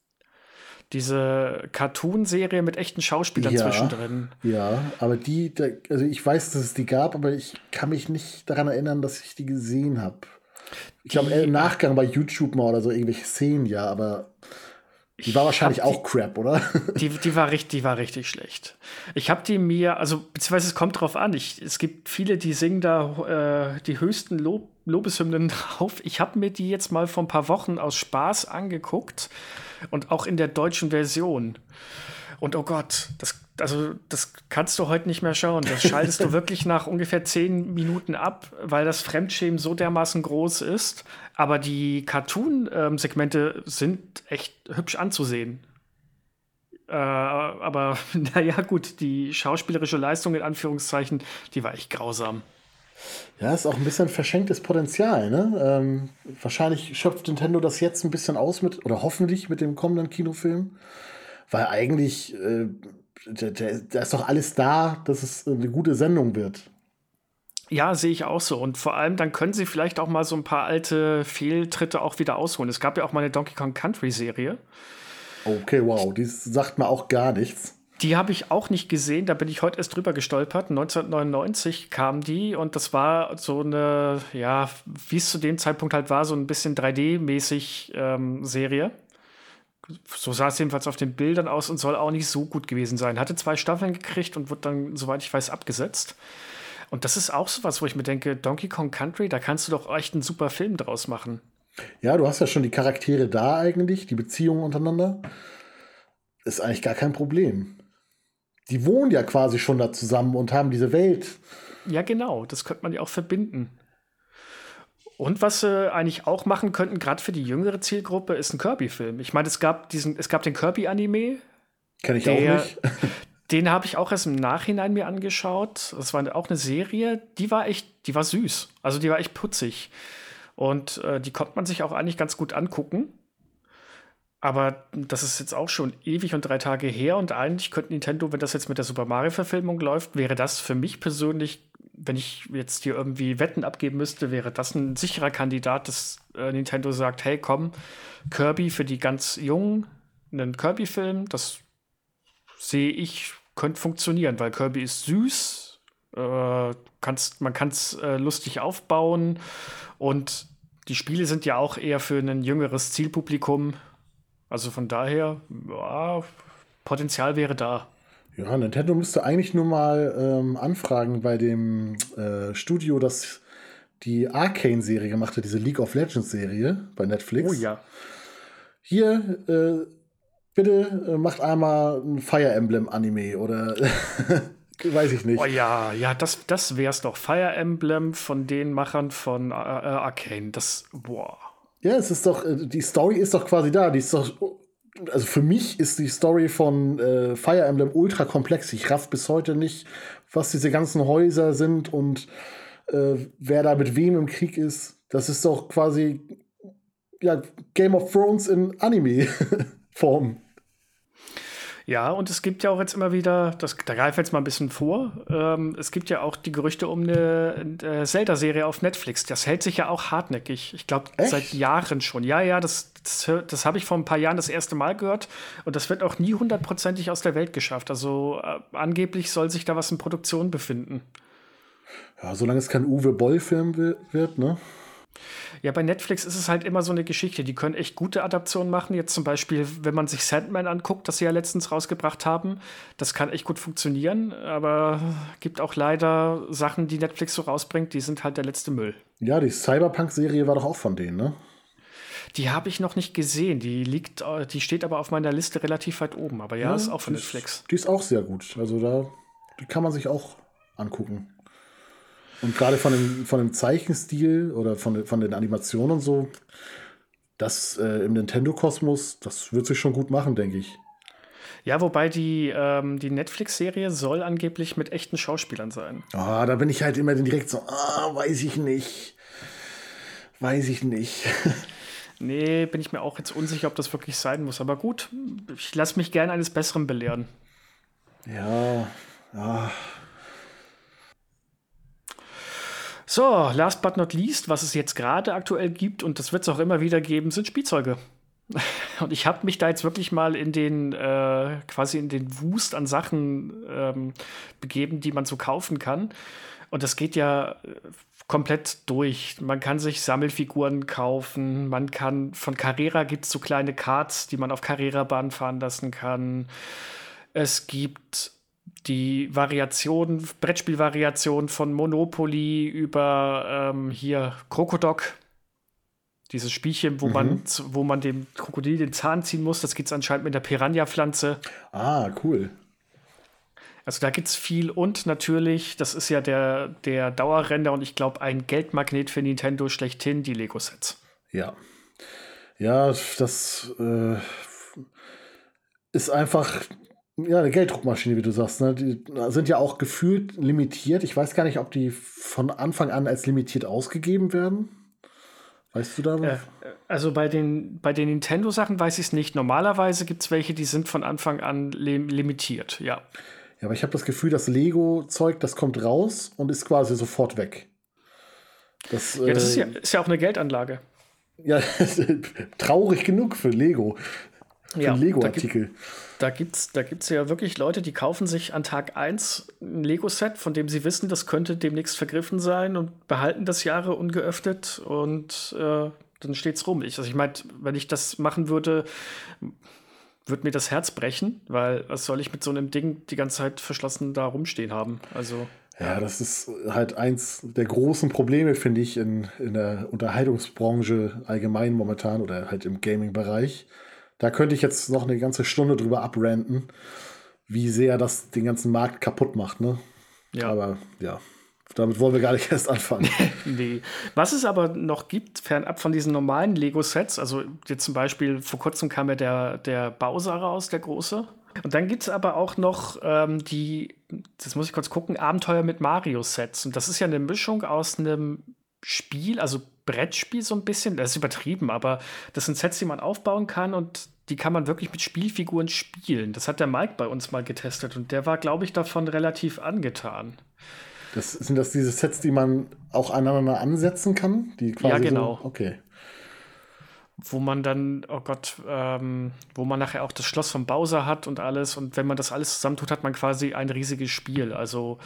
Diese Cartoon-Serie mit echten Schauspielern Ja, zwischendrin. ja, aber die, da, also ich weiß, dass es die gab, aber ich kann mich nicht daran erinnern, dass ich die gesehen habe. Ich glaube, Die- im Nachgang bei YouTube mal oder so irgendwelche Szenen, ja, aber die war wahrscheinlich hab die- auch Crap, oder? Die, die, war richtig, die war richtig schlecht. Ich habe die mir, also beziehungsweise es kommt drauf an. Ich, es gibt viele, die singen da äh, die höchsten Lob, Lobeshymnen drauf. Ich habe mir die jetzt mal vor ein paar Wochen aus Spaß angeguckt und auch in der deutschen Version. Und oh Gott, das, also, das kannst du heute nicht mehr schauen. Das schaltest du wirklich nach ungefähr zehn Minuten ab, weil das Fremdschämen so dermaßen groß ist. Aber die Cartoon-Segmente sind echt hübsch anzusehen. Äh, aber naja, gut, die schauspielerische Leistung in Anführungszeichen, die war echt grausam. Ja, ist auch ein bisschen verschenktes Potenzial, ne? Ähm, wahrscheinlich schöpft Nintendo das jetzt ein bisschen aus mit, oder hoffentlich mit dem kommenden Kinofilm. Weil eigentlich, äh, da, da da ist doch alles da, dass es eine gute Sendung wird. Ja, sehe ich auch so. Und vor allem, dann können sie vielleicht auch mal so ein paar alte Fehltritte auch wieder ausholen. Es gab ja auch mal eine Donkey Kong Country Serie. Okay, wow, dies sagt mir auch gar nichts. Die habe ich auch nicht gesehen, da bin ich heute erst drüber gestolpert. neunzehnhundertneunundneunzig kam die und das war so eine, ja, wie es zu dem Zeitpunkt halt war, so ein bisschen drei D-mäßig ähm, Serie. So sah es jedenfalls auf den Bildern aus und soll auch nicht so gut gewesen sein. Hatte zwei Staffeln gekriegt und wurde dann, soweit ich weiß, abgesetzt. Und das ist auch sowas, wo ich mir denke, Donkey Kong Country, da kannst du doch echt einen super Film draus machen. Ja, du hast ja schon die Charaktere da eigentlich, die Beziehungen untereinander. Ist eigentlich gar kein Problem. Die wohnen ja quasi schon da zusammen und haben diese Welt. Ja, genau, das könnte man ja auch verbinden. Und was sie eigentlich auch machen könnten, gerade für die jüngere Zielgruppe, ist ein Kirby-Film. Ich meine, es gab diesen, es gab den Kirby-Anime, Kenn ich Der- auch nicht. den habe ich auch erst im Nachhinein mir angeschaut. Das war auch eine Serie, die war echt, die war süß. Also die war echt putzig. Und äh, die konnte man sich auch eigentlich ganz gut angucken. Aber das ist jetzt auch schon ewig und drei Tage her. Und eigentlich könnte Nintendo, wenn das jetzt mit der Super Mario-Verfilmung läuft, wäre das für mich persönlich, wenn ich jetzt hier irgendwie Wetten abgeben müsste, wäre das ein sicherer Kandidat, dass äh, Nintendo sagt, hey, komm, Kirby für die ganz Jungen, einen Kirby-Film, das sehe ich, könnte funktionieren, weil Kirby ist süß, äh, kannst, man kann es äh, lustig aufbauen und die Spiele sind ja auch eher für ein jüngeres Zielpublikum. Also von daher, ja, Potenzial wäre da. Ja, Nintendo müsste eigentlich nur mal ähm, anfragen bei dem äh, Studio, das die Arcane-Serie gemacht hat, diese League of Legends-Serie bei Oh Netflix. ja. Hier, äh, bitte äh, macht einmal ein Fire Emblem-Anime oder weiß ich Oh nicht. ja, ja, das, das wär's doch. Fire Emblem von den Machern von äh, Arcane. Das, boah. Ja, es ist doch, äh, die Story ist doch quasi da. Die ist doch, also für mich ist die Story von äh, Fire Emblem ultra komplex. Ich raff bis heute nicht, was diese ganzen Häuser sind und äh, wer da mit wem im Krieg ist. Das ist doch quasi ja, Game of Thrones in Anime-Form. Ja, und es gibt ja auch jetzt immer wieder, das, da greife ich jetzt mal ein bisschen vor, ähm, es gibt ja auch die Gerüchte um eine äh, Zelda-Serie auf Netflix. Das hält sich ja auch hartnäckig. Ich glaube, Echt? seit Jahren schon. Ja, ja, das, das, hör- das habe ich vor ein paar Jahren das erste Mal gehört. Und das wird auch nie hundertprozentig aus der Welt geschafft. Also äh, angeblich soll sich da was in Produktion befinden. Ja, solange es kein Uwe Boll-Film wi- wird, ne? Ja, bei Netflix ist es halt immer so eine Geschichte. Die können echt gute Adaptionen machen. Jetzt zum Beispiel, wenn man sich Sandman anguckt, das sie ja letztens rausgebracht haben, das kann echt gut funktionieren. Aber gibt auch leider Sachen, die Netflix so rausbringt, die sind halt der letzte Müll. Ja, die Cyberpunk-Serie war doch auch von denen, ne? Die habe ich noch nicht gesehen. Die liegt, äh, die steht aber auf meiner Liste relativ weit oben. Aber ja, ist auch von die Netflix. ist, die ist auch sehr gut. Also da die kann man sich auch angucken. Und gerade von dem, von dem Zeichenstil oder von, den- von den Animationen und so, das äh, im Nintendo-Kosmos, das wird sich schon gut machen, denke ich. Ja, wobei die, ähm, die Netflix-Serie soll angeblich mit echten Schauspielern sein. Ah, da bin ich halt immer direkt so, ah, weiß ich nicht. Weiß ich nicht. Nee, bin ich mir auch jetzt unsicher, ob das wirklich sein muss. Aber gut, ich lasse mich gerne eines Besseren belehren. Ja, ja. So, last but not least, was es jetzt gerade aktuell gibt, und das wird es auch immer wieder geben, sind Spielzeuge. Und ich habe mich da jetzt wirklich mal in den, äh, quasi in den Wust an Sachen ähm, begeben, die man so kaufen kann. Und das geht ja äh, komplett durch. Man kann sich Sammelfiguren kaufen, man kann, von Carrera gibt es so kleine Karts, die man auf Carrera-Bahn fahren lassen kann. Es gibt die Variation, Brettspielvariation von Monopoly über ähm, hier Krokodok. Dieses Spielchen, wo, Mhm. man, wo man dem Krokodil den Zahn ziehen muss, das gibt es anscheinend mit der Piranha-Pflanze. Ah, cool. Also da gibt es viel und natürlich, das ist ja der, der Dauerrenner und ich glaube ein Geldmagnet für Nintendo schlechthin, die Lego-Sets. Ja. Ja, das äh, ist einfach ja, eine Gelddruckmaschine, wie du sagst. Ne? Die sind ja auch gefühlt limitiert. Ich weiß gar nicht, ob die von Anfang an als limitiert ausgegeben werden. Weißt du da? Äh, also bei den, bei den Nintendo-Sachen weiß ich es nicht. Normalerweise gibt es welche, die sind von Anfang an lim limitiert, ja. Ja, aber ich habe das Gefühl, das Lego-Zeug, das kommt raus und ist quasi sofort weg. Das, Ja, das ist ja, äh, ist ja auch eine Geldanlage. ja, traurig genug für Lego. Für Ja, einen da Lego-Artikel. Da gibt es da gibt's ja wirklich Leute, die kaufen sich an Tag eins ein Lego-Set, von dem sie wissen, das könnte demnächst vergriffen sein und behalten das Jahre ungeöffnet und äh, dann steht's rum. Ich, also ich meine, wenn ich das machen würde, würde mir das Herz brechen, weil was soll ich mit so einem Ding die ganze Zeit verschlossen da rumstehen haben? Also Ja, das ist halt eins der großen Probleme, finde ich, in, in der Unterhaltungsbranche allgemein momentan oder halt im Gaming-Bereich. Da könnte ich jetzt noch eine ganze Stunde drüber abranten, wie sehr das den ganzen Markt kaputt macht, ne? ja. Aber ja, damit wollen wir gar nicht erst anfangen. Nee. Was es aber noch gibt, fernab von diesen normalen Lego-Sets, also jetzt zum Beispiel vor kurzem kam ja der, der Bowser raus, der große. Und dann gibt es aber auch noch ähm, die, das muss ich kurz gucken, Abenteuer mit Mario-Sets. Und das ist ja eine Mischung aus einem Spiel, also Brettspiel so ein bisschen, das ist übertrieben, aber das sind Sets, die man aufbauen kann und die kann man wirklich mit Spielfiguren spielen. Das hat der Mike bei uns mal getestet und der war, glaube ich, davon relativ angetan. Das, sind das diese Sets, die man auch aneinander ansetzen kann? Die quasi Ja, genau. So, okay. Wo man dann, oh Gott, ähm, wo man nachher auch das Schloss von Bowser hat und alles. Und wenn man das alles zusammentut, hat man quasi ein riesiges Spiel. Also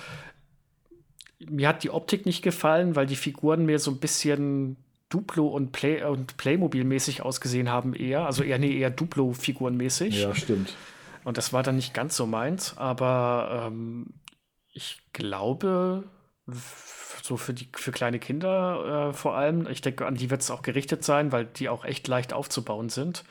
mir hat die Optik nicht gefallen, weil die Figuren mir so ein bisschen Duplo und, Play und Playmobil-mäßig ausgesehen haben eher. Also eher, nee, eher Duplo-Figuren-mäßig. Ja, stimmt. Und das war dann nicht ganz so meins, aber ähm, ich glaube, f- so für die für kleine Kinder äh, vor allem, ich denke, an die wird es auch gerichtet sein, weil die auch echt leicht aufzubauen sind.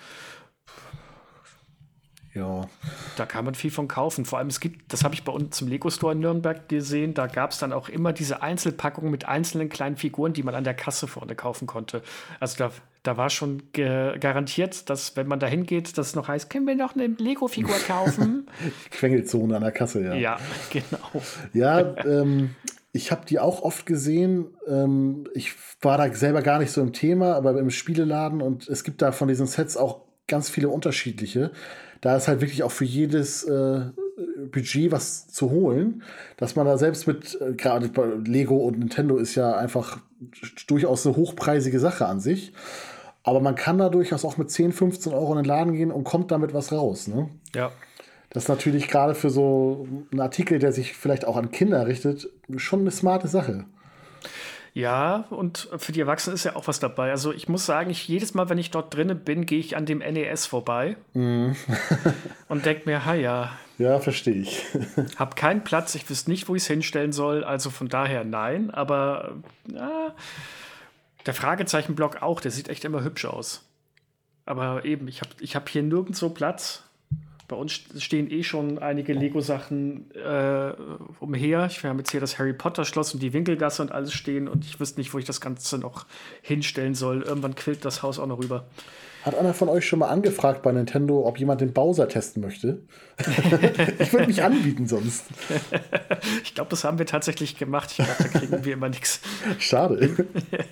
Ja. Da kann man viel von kaufen. Vor allem, es gibt, das habe ich bei uns im Lego Store in Nürnberg gesehen, da gab es dann auch immer diese Einzelpackungen mit einzelnen kleinen Figuren, die man an der Kasse vorne kaufen konnte. Also da, da war schon ge garantiert, dass, wenn man da hingeht, dass es noch heißt, können wir noch eine Lego-Figur kaufen? Quengelzone an der Kasse, ja. Ja, genau. Ja, ähm, ich habe die auch oft gesehen. Ähm, ich war da selber gar nicht so im Thema, aber im Spieleladen und es gibt da von diesen Sets auch ganz viele unterschiedliche. Da ist halt wirklich auch für jedes äh, Budget was zu holen, dass man da selbst mit, äh, gerade bei Lego und Nintendo ist ja einfach durchaus eine hochpreisige Sache an sich. Aber man kann da durchaus auch mit zehn, fünfzehn Euro in den Laden gehen und kommt damit was raus. Ne? Ja. Das ist natürlich gerade für so einen Artikel, der sich vielleicht auch an Kinder richtet, schon eine smarte Sache. Ja, und für die Erwachsenen ist ja auch was dabei. Also ich muss sagen, ich, jedes Mal, wenn ich dort drinnen bin, gehe ich an dem N E S vorbei Mhm. und denke mir, ha ja, Ja, verstehe ich. hab keinen Platz, ich wüsste nicht, wo ich es hinstellen soll, also von daher nein, aber ja, der Fragezeichenblock auch, der sieht echt immer hübsch aus. Aber eben, ich habe ich hab hier nirgendwo Platz. Bei uns stehen eh schon einige Lego-Sachen äh, umher. Wir haben jetzt hier das Harry Potter-Schloss und die Winkelgasse und alles stehen und ich wüsste nicht, wo ich das Ganze noch hinstellen soll. Irgendwann quillt das Haus auch noch rüber. Hat einer von euch schon mal angefragt bei Nintendo, ob jemand den Bowser testen möchte? Ich würde mich anbieten sonst. Ich glaube, das haben wir tatsächlich gemacht. Ich glaube, da kriegen wir immer nichts. Schade.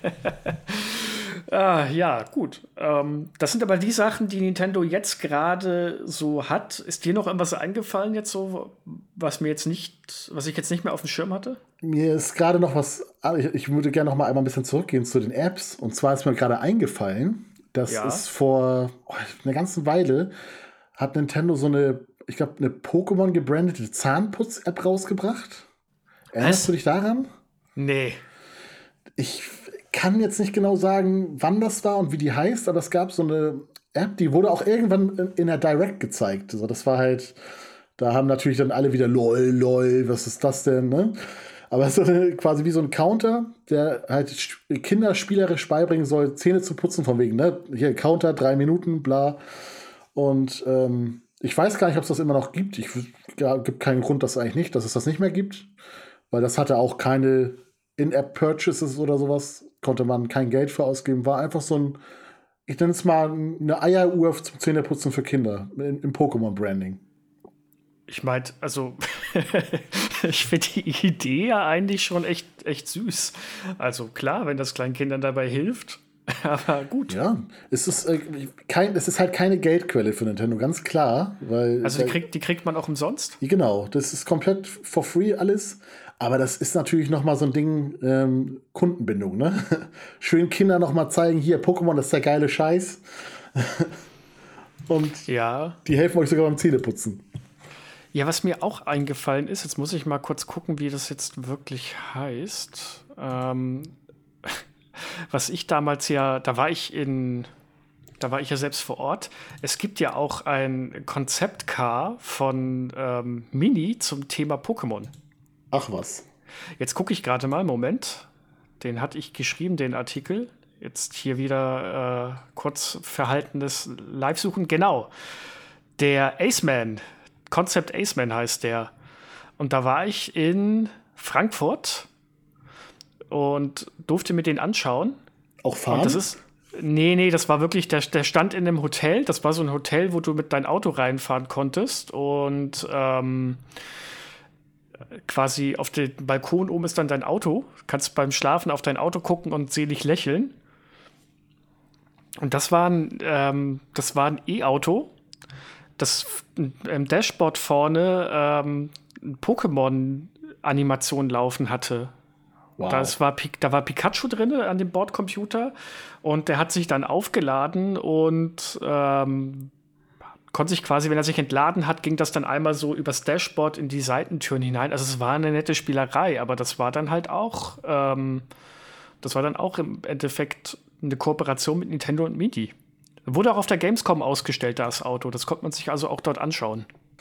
Ah, ja, gut. Ähm, das sind aber die Sachen, die Nintendo jetzt gerade so hat. Ist dir noch irgendwas eingefallen jetzt so, was mir jetzt nicht, was ich jetzt nicht mehr auf dem Schirm hatte? Mir ist gerade noch was, ich, ich würde gerne noch mal einmal ein bisschen zurückgehen zu den Apps. Und zwar ist mir gerade eingefallen, das Ja. ist vor oh, einer ganzen Weile, hat Nintendo so eine, ich glaube, eine Pokémon gebrandete Zahnputz-App rausgebracht. Erinnerst Was? du dich daran? Nee. Ich kann jetzt nicht genau sagen, wann das war und wie die heißt, aber es gab so eine App, die wurde auch irgendwann in, in der Direct gezeigt. Also das war halt, da haben natürlich dann alle wieder lol, lol, was ist das denn, ne? Aber es ist so eine, quasi wie so ein Counter, der halt Kinder spielerisch beibringen soll, Zähne zu putzen, von wegen, ne? Hier, Counter, drei Minuten, bla. Und ähm, ich weiß gar nicht, ob es das immer noch gibt. Ich ja, gibt keinen Grund, dass eigentlich nicht, dass es das nicht mehr gibt. Weil das hatte auch keine In-App-Purchases oder sowas. Konnte man kein Geld für ausgeben. War einfach so ein, ich nenne es mal eine Eieruhr zum Zähneputzen für Kinder im, im Pokémon-Branding. Ich meinte, also, ich finde die Idee ja eigentlich schon echt, echt süß. Also klar, wenn das kleinen Kindern dabei hilft, aber gut. Ja, es ist, äh, kein, es ist halt keine Geldquelle für Nintendo, ganz klar. Weil, Also die weil, kriegt, die kriegt man auch umsonst? genau, das ist komplett for free alles. Aber das ist natürlich noch mal so ein Ding, ähm, Kundenbindung, ne? Schön Kinder noch mal zeigen, hier, Pokémon, das ist der geile Scheiß. Und Ja. die helfen euch sogar beim Zähneputzen. Ja, was mir auch eingefallen ist, jetzt muss ich mal kurz gucken, wie das jetzt wirklich heißt. Ähm, was ich damals ja, da war ich in, da war ich ja selbst vor Ort. Es gibt ja auch ein Konzeptcar von ähm, Mini zum Thema Pokémon. Ach was. Jetzt gucke ich gerade mal, Moment. Den hatte ich geschrieben, den Artikel. Jetzt hier wieder äh, kurz verhaltenes Live-Suchen. Genau. Der Aceman, Concept Aceman heißt der. Und da war ich in Frankfurt und durfte mir den anschauen. Auch fahren? Und das ist. Nee, nee, das war wirklich, der, der stand in einem Hotel. Das war so ein Hotel, wo du mit deinem Auto reinfahren konntest. Und ähm, quasi auf dem Balkon oben ist dann dein Auto. Du kannst beim Schlafen auf dein Auto gucken und selig lächeln. Und das war ein, ähm, das war ein E-Auto, das im Dashboard vorne ähm, eine Pokémon-Animation laufen hatte. Wow. Das war, da war Pikachu drin an dem Bordcomputer und der hat sich dann aufgeladen und ähm, konnte sich quasi, wenn er sich entladen hat, ging das dann einmal so übers Dashboard in die Seitentüren hinein. Also es war eine nette Spielerei, aber das war dann halt auch, ähm, das war dann auch im Endeffekt eine Kooperation mit Nintendo und Mini. Wurde auch auf der Gamescom ausgestellt, das Auto. Das konnte man sich also auch dort anschauen.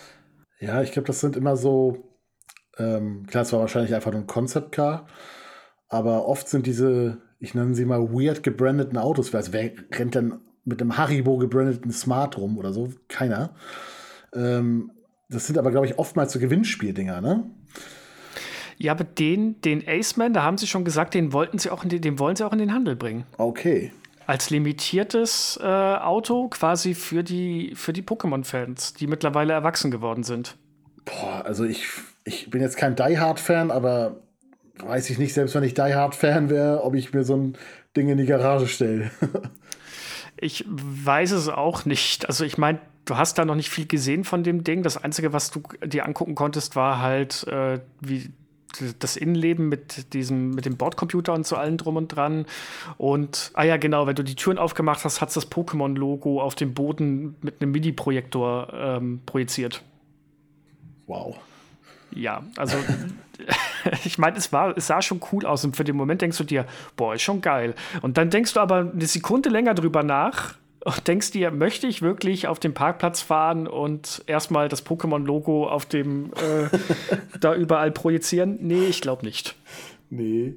Ja, ich glaube, das sind immer so, ähm, klar, es war wahrscheinlich einfach nur ein Concept Car, aber oft sind diese, ich nenne sie mal weird gebrandeten Autos, also wer rennt denn mit einem Haribo gebrandeten Smart rum oder so? Keiner. Ähm, das sind aber, glaube ich, oftmals so Gewinnspieldinger, ne? Ja, aber den, den Aceman, da haben sie schon gesagt, den wollten sie auch in den, den wollen sie auch in den Handel bringen. Okay. Als limitiertes äh, Auto quasi für die, für die Pokémon-Fans, die mittlerweile erwachsen geworden sind. Boah, also ich, ich bin jetzt kein Die Hard-Fan, aber weiß ich nicht, selbst wenn ich Die Hard-Fan wäre, ob ich mir so ein Ding in die Garage stelle. Ich weiß es auch nicht. Also ich meine, du hast da noch nicht viel gesehen von dem Ding. Das Einzige, was du dir angucken konntest, war halt äh, wie das Innenleben mit diesem, mit dem Bordcomputer und so allem drum und dran. Und, ah ja, genau, wenn du die Türen aufgemacht hast, hat das Pokémon-Logo auf dem Boden mit einem Mini-Projektor ähm, projiziert. Wow. Ja, also ich meine, es war, es sah schon cool aus und für den Moment denkst du dir, boah, ist schon geil. Und dann denkst du aber eine Sekunde länger drüber nach und denkst dir, möchte ich wirklich auf den Parkplatz fahren und erstmal das Pokémon-Logo auf dem äh, da überall projizieren? Nee, ich glaube nicht. Nee.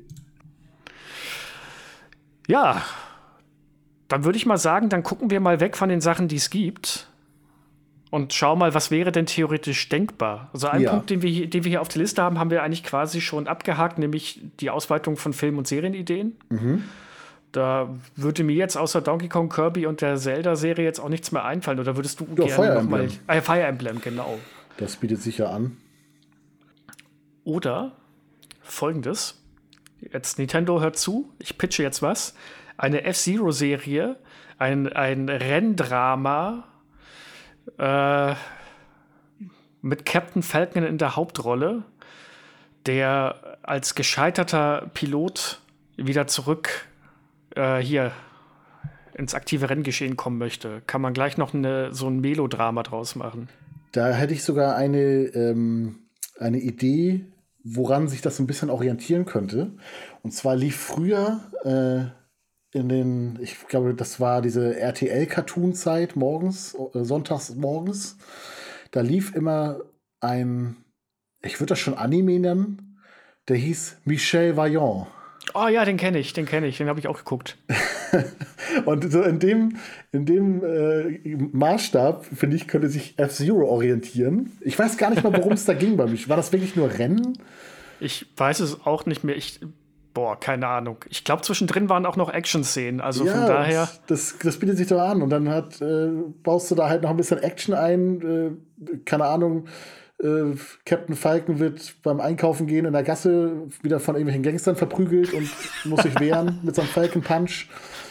Ja, dann würde ich mal sagen, dann gucken wir mal weg von den Sachen, die es gibt. Und schau mal, was wäre denn theoretisch denkbar? Also einen Ja. Punkt, den wir, hier, den wir hier auf der Liste haben, haben wir eigentlich quasi schon abgehakt, nämlich die Ausweitung von Film- und Serienideen. Mhm. Da würde mir jetzt außer Donkey Kong, Kirby und der Zelda-Serie jetzt auch nichts mehr einfallen. Oder würdest du Ja, gerne Fire noch mal... Emblem. Ah, ja, Fire Emblem, genau. Das bietet sich ja an. Oder folgendes. Jetzt Nintendo hört zu, ich pitche jetzt was. Eine F-Zero-Serie, ein, ein Renndrama Äh, mit Captain Falcon in der Hauptrolle, der als gescheiterter Pilot wieder zurück äh, hier ins aktive Renngeschehen kommen möchte. Kann man gleich noch eine, so ein Melodrama draus machen. Da hätte ich sogar eine, ähm, eine Idee, woran sich das ein bisschen orientieren könnte. Und zwar lief früher äh, in den, ich glaube, das war diese R T L-Cartoon-Zeit morgens, äh, sonntags morgens. Da lief immer ein, ich würde das schon Anime nennen, der hieß Michel Vaillant. Oh ja, den kenne ich, den kenne ich, den habe ich auch geguckt. Und so in dem, in dem äh, Maßstab, finde ich, könnte sich F-Zero orientieren. Ich weiß gar nicht mal, worum es da ging bei mich. War das wirklich nur Rennen? Ich weiß es auch nicht mehr. Ich, boah, keine Ahnung. Ich glaube, zwischendrin waren auch noch Action-Szenen. Also ja, von daher. Das, das bietet sich doch an. Und dann hat, äh, baust du da halt noch ein bisschen Action ein. Äh, keine Ahnung, äh, Captain Falcon wird beim Einkaufen gehen in der Gasse wieder von irgendwelchen Gangstern verprügelt und muss sich wehren mit seinem Falcon Punch.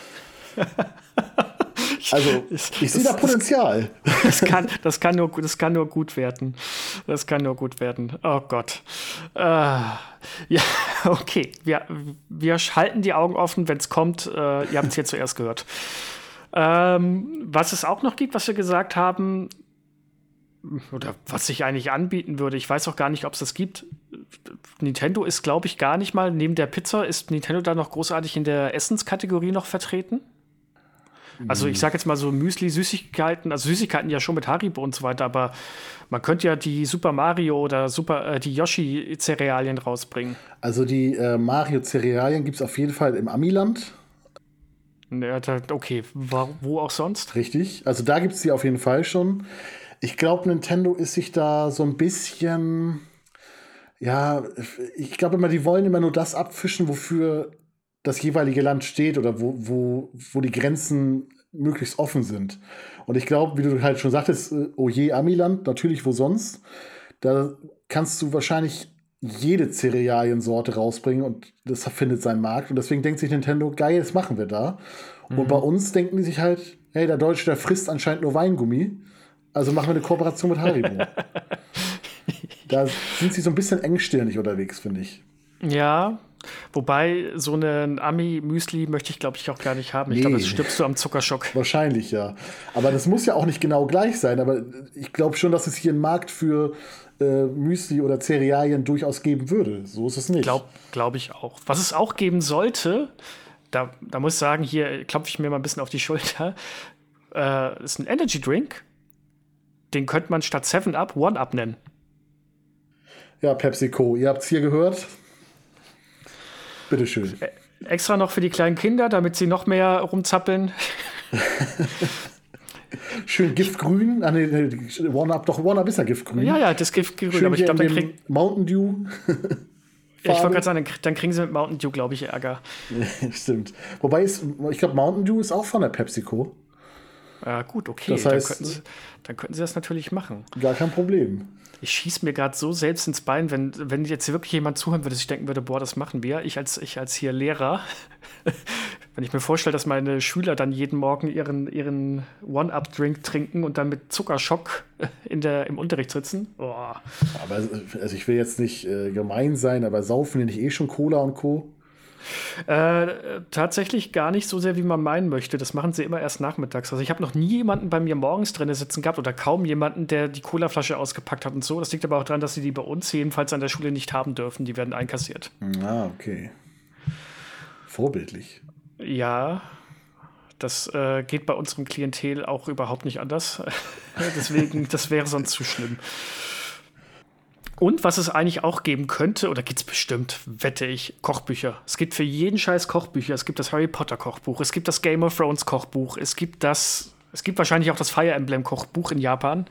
Also, ich sehe da Potenzial. Das kann, das, kann nur, das kann nur gut werden. Das kann nur gut werden. Oh Gott. Äh, ja, okay. Wir, wir halten die Augen offen, wenn es kommt. Äh, ihr habt es hier zuerst gehört. Ähm, was es auch noch gibt, was wir gesagt haben, oder was sich eigentlich anbieten würde, ich weiß auch gar nicht, ob es das gibt. Nintendo ist, glaube ich, gar nicht mal, neben der Pizza, ist Nintendo da noch großartig in der Essenskategorie noch vertreten? Also ich sage jetzt mal so Müsli, Süßigkeiten, also Süßigkeiten ja schon mit Haribo und so weiter, aber man könnte ja die Super Mario oder Super, äh, die Yoshi-Cerealien rausbringen. Also die äh, Mario-Cerealien gibt es auf jeden Fall im Amiland. Ja, da, okay, wo, wo auch sonst? Richtig, also da gibt es die auf jeden Fall schon. Ich glaube, Nintendo ist sich da so ein bisschen, ja, ich glaube immer, die wollen immer nur das abfischen, wofür das jeweilige Land steht oder wo, wo, wo die Grenzen möglichst offen sind. Und ich glaube, wie du halt schon sagtest, oh je, Amiland, natürlich, wo sonst? Da kannst du wahrscheinlich jede Cerealiensorte rausbringen und das findet seinen Markt. Und deswegen denkt sich Nintendo, geil, das machen wir da. Mhm. Und bei uns denken die sich halt, hey, der Deutsche, der frisst anscheinend nur Weingummi. Also machen wir eine Kooperation mit Haribo. Da sind sie so ein bisschen engstirnig unterwegs, finde ich. Ja, wobei so einen Ami-Müsli möchte ich, glaube ich, auch gar nicht haben. Ich Nee. glaube, das stirbst du am Zuckerschock. Wahrscheinlich, ja. Aber das muss ja auch nicht genau gleich sein. Aber ich glaube schon, dass es hier einen Markt für äh, Müsli oder Cerealien durchaus geben würde. So ist es nicht. Glaube glaub ich auch. Was es auch geben sollte, da, da muss ich sagen, hier klopfe ich mir mal ein bisschen auf die Schulter, äh, ist ein Energy Drink. den könnte man statt Seven Up One Up nennen. Ja, PepsiCo, ihr habt es hier gehört. Bitteschön. Ä- extra noch für die kleinen Kinder, damit sie noch mehr rumzappeln. Schön Giftgrün. Ah, nee, nee, One-Up, doch, One-Up ist ja Giftgrün. Ja, ja, das Giftgrün. Schön Aber ich glaube, dann krieg, Mountain Dew. ja, ich wollte gerade sagen, dann, dann kriegen sie mit Mountain Dew, glaube ich, Ärger. Stimmt. Wobei, ist, ich glaube, Mountain Dew ist auch von der PepsiCo. Ja, gut, okay. Das heißt, dann, könnten sie, dann könnten sie das natürlich machen. Gar kein Problem. Ich schieße mir gerade so selbst ins Bein, wenn, wenn jetzt wirklich jemand zuhören würde, sich denken würde, boah, das machen wir. Ich als, ich als hier Lehrer, wenn ich mir vorstelle, dass meine Schüler dann jeden Morgen ihren, ihren One-Up-Drink trinken und dann mit Zuckerschock in der, im Unterricht sitzen. Boah. Aber also ich will jetzt nicht äh, gemein sein, aber saufen die nicht eh schon Cola und Co.? Äh, tatsächlich gar nicht so sehr, wie man meinen möchte. Das machen sie immer erst nachmittags. Also ich habe noch nie jemanden bei mir morgens drin sitzen gehabt oder kaum jemanden, der die Colaflasche ausgepackt hat und so. Das liegt aber auch daran, dass sie die bei uns jedenfalls an der Schule nicht haben dürfen. Die werden einkassiert. Ah, okay. Vorbildlich. Ja, das äh, geht bei unserem Klientel auch überhaupt nicht anders. Deswegen, das wäre sonst zu schlimm. Und was es eigentlich auch geben könnte, oder gibt es bestimmt, wette ich, Kochbücher. Es gibt für jeden Scheiß Kochbücher. Es gibt das Harry Potter Kochbuch, es gibt das Game of Thrones Kochbuch, es gibt das, es gibt wahrscheinlich auch das Fire Emblem Kochbuch in Japan.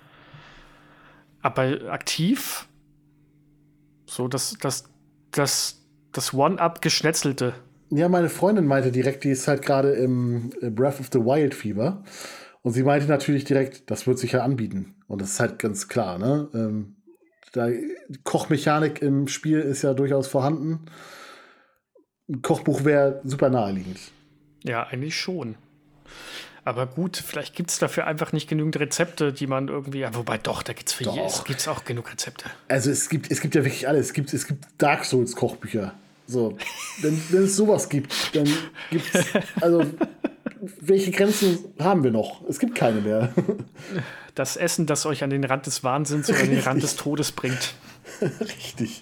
Aber aktiv, so das, das, das, das One-Up geschnetzelte. Ja, meine Freundin meinte direkt, die ist halt gerade im Breath of the Wild Fieber. Und sie meinte natürlich direkt, das wird sich ja anbieten. Und das ist halt ganz klar, ne? Ähm, Da, Kochmechanik im Spiel ist ja durchaus vorhanden. Ein Kochbuch wäre super naheliegend. Ja, eigentlich schon. Aber gut, vielleicht gibt es dafür einfach nicht genügend Rezepte, die man irgendwie. Ja, wobei doch, da gibt es für Doch. jedes gibt's auch genug Rezepte. Also es gibt, es gibt ja wirklich alles. Es gibt, es gibt Dark Souls Kochbücher. So, wenn, wenn es sowas gibt, dann gibt es. Also, welche Grenzen haben wir noch? Es gibt keine mehr. Das Essen, das euch an den Rand des Wahnsinns oder an den Rand des Todes bringt. Richtig.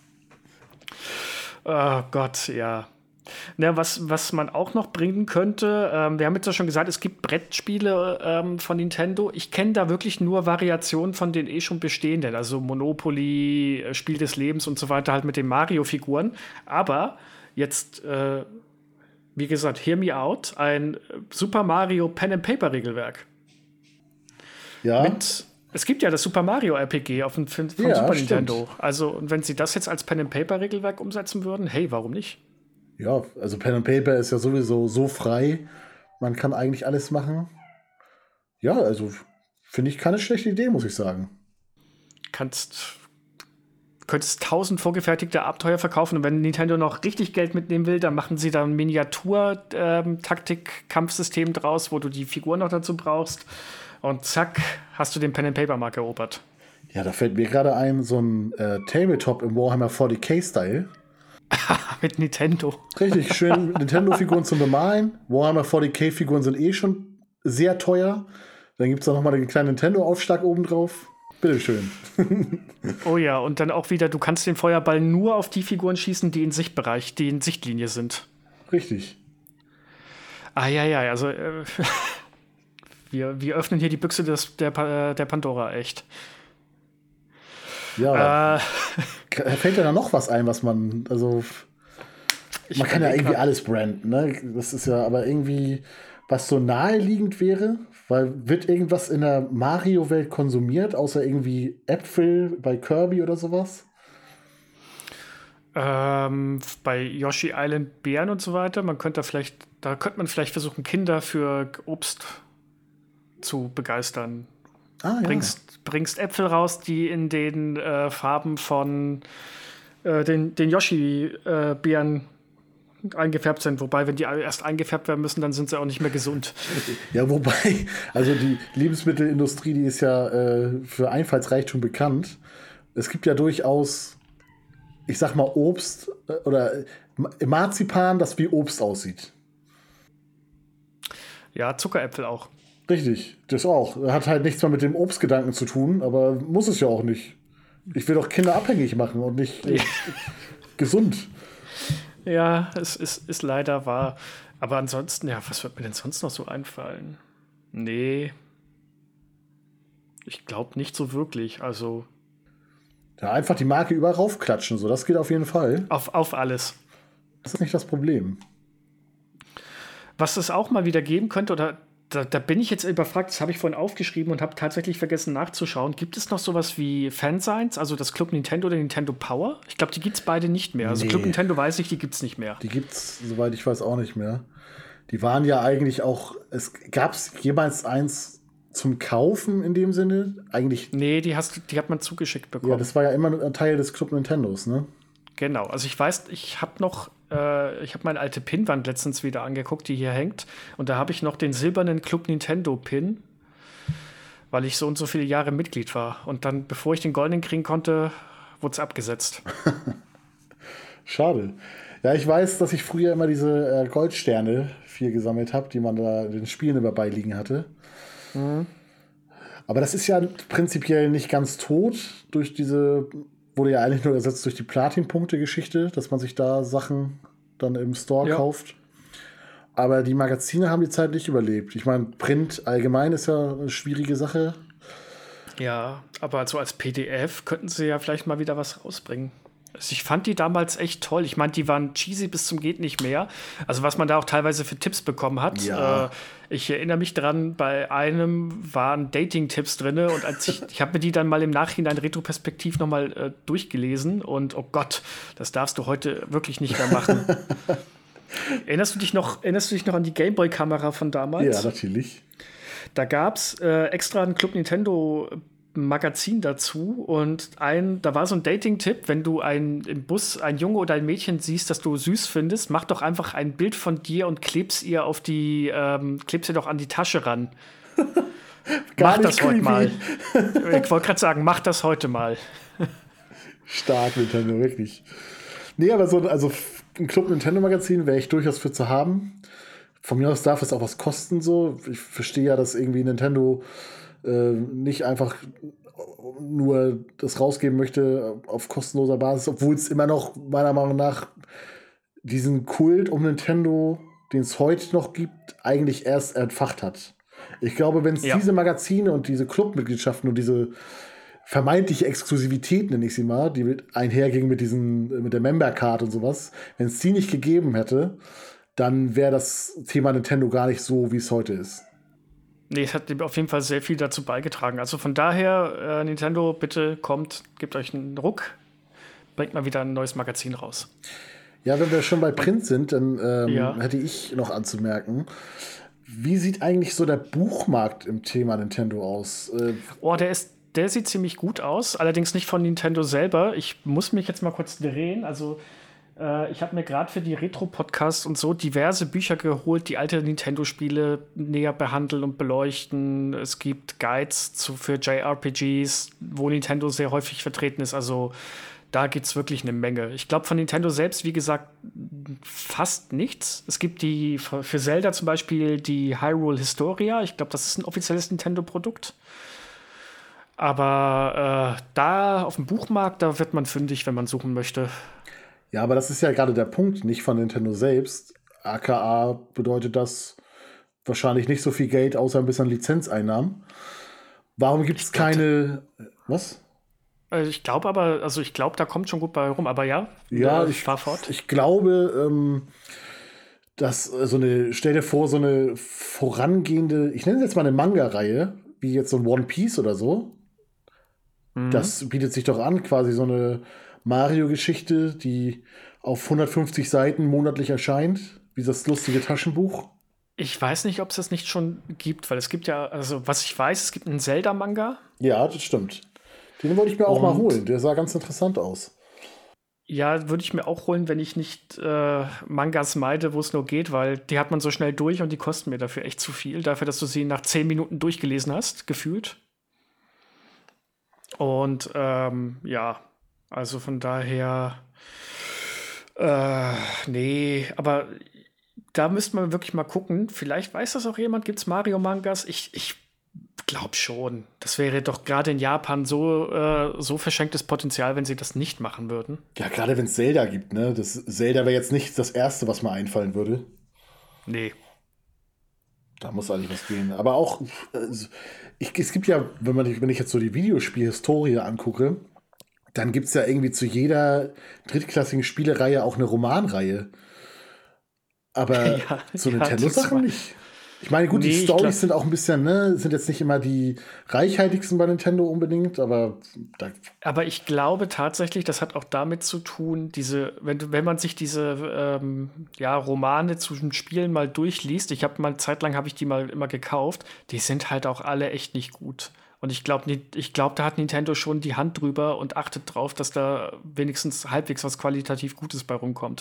Oh Gott, ja. Na, was, was man auch noch bringen könnte, ähm, wir haben jetzt ja schon gesagt, es gibt Brettspiele ähm, von Nintendo. Ich kenne da wirklich nur Variationen von den eh schon bestehenden, also Monopoly, äh, Spiel des Lebens und so weiter, halt mit den Mario-Figuren. Aber jetzt, äh, wie gesagt, hear me out, ein Super Mario Pen-and-Paper-Regelwerk. Ja. Mit, es gibt ja das Super Mario R P G auf dem, von Ja, Super stimmt. Nintendo. Also, und wenn sie das jetzt als Pen-and-Paper-Regelwerk umsetzen würden, hey, warum nicht? Ja, also Pen and Paper ist ja sowieso so frei. Man kann eigentlich alles machen. Ja, also finde ich keine schlechte Idee, muss ich sagen. Kannst, könntest tausend vorgefertigte Abenteuer verkaufen und wenn Nintendo noch richtig Geld mitnehmen will, dann machen sie da ein Miniatur-Taktik-Kampfsystem draus, wo du die Figuren noch dazu brauchst. Und zack, hast du den Pen-and-Paper-Markt erobert. Ja, da fällt mir gerade ein, so ein äh, Tabletop im Warhammer forty K-Style. Mit Nintendo. Richtig schön Nintendo-Figuren zum Bemalen. Warhammer forty K-Figuren sind eh schon sehr teuer. Dann gibt es da nochmal den kleinen Nintendo-Aufschlag obendrauf. Bitteschön. Oh ja, und dann auch wieder, du kannst den Feuerball nur auf die Figuren schießen, die in Sichtbereich, die in Sichtlinie sind. Richtig. Ah ja, ja, also äh, wir, wir öffnen hier die Büchse des, der, Pa- der Pandora, echt. Ja, Äh, fällt dir da noch was ein, was man, also ich man kann ja überleg irgendwie grad. alles branden, ne? Das ist ja aber irgendwie, was so naheliegend wäre, weil wird irgendwas in der Mario-Welt konsumiert, außer irgendwie Äpfel bei Kirby oder sowas? Ähm, bei Yoshi Island Beeren und so weiter, man könnte da vielleicht, da könnte man vielleicht versuchen, Kinder für Obst zu begeistern. Ah, ja. Bringst, bringst Äpfel raus, die in den äh, Farben von äh, den, den Yoshi-Beeren eingefärbt sind. Wobei, wenn die alle erst eingefärbt werden müssen, dann sind sie auch nicht mehr gesund. Ja, wobei, also die Lebensmittelindustrie, die ist ja äh, für Einfallsreichtum bekannt. Es gibt ja durchaus, ich sag mal, Obst äh, oder Ma- Marzipan, das wie Obst aussieht. Ja, Zuckeräpfel auch. Richtig, das auch. Hat halt nichts mehr mit dem Obstgedanken zu tun, aber muss es ja auch nicht. Ich will doch Kinder abhängig machen und nicht äh, gesund. Ja, es ist, ist leider wahr. Aber ansonsten, ja, was wird mir denn sonst noch so einfallen? Nee. Ich glaube nicht so wirklich. Also. Ja, einfach die Marke überall raufklatschen, so, das geht auf jeden Fall. Auf, auf alles. Das ist nicht das Problem. Was es auch mal wieder geben könnte, oder da, da bin ich jetzt überfragt, das habe ich vorhin aufgeschrieben und habe tatsächlich vergessen nachzuschauen. Gibt es noch sowas wie Fansigns, also das Club Nintendo oder Nintendo Power? Ich glaube, die gibt es beide nicht mehr. Also Nee. Club Nintendo weiß ich, die gibt es nicht mehr. Die gibt es, soweit ich weiß, auch nicht mehr. Die waren ja eigentlich auch, es gab es jemals eins zum Kaufen in dem Sinne? Eigentlich. Nee, die, hast, die hat man zugeschickt bekommen. Ja, das war ja immer ein Teil des Club Nintendos, ne? Genau, also ich weiß, ich habe noch, äh, ich habe meine alte Pinwand letztens wieder angeguckt, die hier hängt. Und da habe ich noch den silbernen Club Nintendo Pin, weil ich so und so viele Jahre Mitglied war. Und dann, bevor ich den goldenen kriegen konnte, wurde es abgesetzt. Schade. Ja, ich weiß, dass ich früher immer diese äh, Goldsterne viel gesammelt habe, die man da in den Spielen immer beiliegen hatte. Mhm. Aber das ist ja prinzipiell nicht ganz tot durch diese, wurde ja eigentlich nur ersetzt durch die Platin-Punkte-Geschichte, dass man sich da Sachen dann im Store ja. kauft. Aber die Magazine haben die Zeit nicht überlebt. Ich meine, Print allgemein ist ja eine schwierige Sache. Ja, aber so als P D F könnten sie ja vielleicht mal wieder was rausbringen. Also ich fand die damals echt toll. Ich meine, die waren cheesy bis zum geht nicht mehr. Also was man da auch teilweise für Tipps bekommen hat. Ja. Äh, ich erinnere mich dran, bei einem waren Dating-Tipps drin. Und als ich, ich habe mir die dann mal im Nachhinein retroperspektiv nochmal äh, durchgelesen. Und oh Gott, das darfst du heute wirklich nicht mehr machen. Erinnerst du dich noch, erinnerst du dich noch an die Gameboy-Kamera von damals? Ja, natürlich. Da gab es äh, extra ein Club Nintendo Magazin dazu und ein, da war so ein Dating-Tipp, wenn du ein, im Bus ein Junge oder ein Mädchen siehst, das du süß findest, mach doch einfach ein Bild von dir und klebst ihr auf die, ähm, klebst ihr doch an die Tasche ran. Mach das heute mal. Ich wollte gerade sagen, mach das heute mal. Stark, Nintendo, wirklich. Nee, aber so, also ein Club Nintendo Magazin wäre ich durchaus für zu haben. Von mir aus darf es auch was kosten, so. Ich verstehe ja, dass irgendwie Nintendo äh, nicht einfach nur das rausgeben möchte auf kostenloser Basis, obwohl es immer noch meiner Meinung nach diesen Kult um Nintendo, den es heute noch gibt, eigentlich erst entfacht hat. Ich glaube, wenn es ja. diese Magazine und diese Clubmitgliedschaften und diese vermeintliche Exklusivität, nenne ich sie mal, die mit einhergingen mit diesen, mit der Member-Card und sowas, wenn es die nicht gegeben hätte, dann wäre das Thema Nintendo gar nicht so, wie es heute ist. Nee, es hat auf jeden Fall sehr viel dazu beigetragen. Also von daher, äh, Nintendo, bitte kommt, gebt euch einen Ruck, bringt mal wieder ein neues Magazin raus. Ja, wenn wir schon bei Print sind, dann ähm, ja. hätte ich noch anzumerken, wie sieht eigentlich so der Buchmarkt im Thema Nintendo aus? Äh, oh, der ist Der sieht ziemlich gut aus, allerdings nicht von Nintendo selber. Ich muss mich jetzt mal kurz drehen. Also äh, ich habe mir gerade für die Retro-Podcasts und so diverse Bücher geholt, die alte Nintendo-Spiele näher behandeln und beleuchten. Es gibt Guides zu, für J R P Gs, wo Nintendo sehr häufig vertreten ist. Also da gibt es wirklich eine Menge. Ich glaube, von Nintendo selbst, wie gesagt, fast nichts. Es gibt die für Zelda zum Beispiel die Hyrule Historia. Ich glaube, das ist ein offizielles Nintendo-Produkt. Aber äh, da auf dem Buchmarkt, da wird man fündig, wenn man suchen möchte. Ja, aber das ist ja gerade der Punkt, nicht von Nintendo selbst. A K A bedeutet das wahrscheinlich nicht so viel Geld, außer ein bisschen Lizenzeinnahmen. Warum gibt es keine... Was? Ich glaube aber, also ich glaube, da kommt schon gut bei rum. Aber ja, ja äh, ich fahr fort. Ich glaube, ähm, dass so eine, stell dir vor, so eine vorangehende, ich nenne es jetzt mal eine Manga-Reihe, wie jetzt so ein One Piece oder so. Das bietet sich doch an, quasi so eine Mario-Geschichte, die auf hundertfünfzig Seiten monatlich erscheint, wie das lustige Taschenbuch. Ich weiß nicht, ob es das nicht schon gibt, weil es gibt ja, also was ich weiß, es gibt einen Zelda-Manga. Ja, das stimmt. Den wollte ich mir auch Und, mal holen, der sah ganz interessant aus. Ja, würde ich mir auch holen, wenn ich nicht äh, Mangas meide, wo es nur geht, weil die hat man so schnell durch und die kosten mir dafür echt zu viel, dafür, dass du sie nach zehn Minuten durchgelesen hast, gefühlt. Und ähm, ja, also von daher, äh, nee, aber da müsste man wirklich mal gucken. Vielleicht weiß das auch jemand, gibt es Mario-Mangas? Ich, ich glaube schon. Das wäre doch gerade in Japan so, äh, so verschenktes Potenzial, wenn sie das nicht machen würden. Ja, gerade wenn es Zelda gibt, ne? Das Zelda wäre jetzt nicht das Erste, was mir einfallen würde. Nee. Da muss eigentlich was gehen. Aber auch, äh, ich, es gibt ja, wenn, man, wenn ich jetzt so die Videospielhistorie angucke, dann gibt es ja irgendwie zu jeder drittklassigen Spielereihe auch eine Romanreihe. Aber Ja, zu ja, Nintendo-Sachen nicht. Ich meine, gut, Nee, die ich Storys glaub- sind auch ein bisschen, ne, sind jetzt nicht immer die reichhaltigsten bei Nintendo unbedingt, aber da, Aber ich glaube tatsächlich, das hat auch damit zu tun, diese, wenn, du- wenn man sich diese ähm, ja, Romane zu den Spielen mal durchliest, ich habe mal eine Zeit lang habe ich die mal immer gekauft, die sind halt auch alle echt nicht gut. Und ich glaube, ich glaub, da hat Nintendo schon die Hand drüber und achtet drauf, dass da wenigstens halbwegs was qualitativ Gutes bei rumkommt.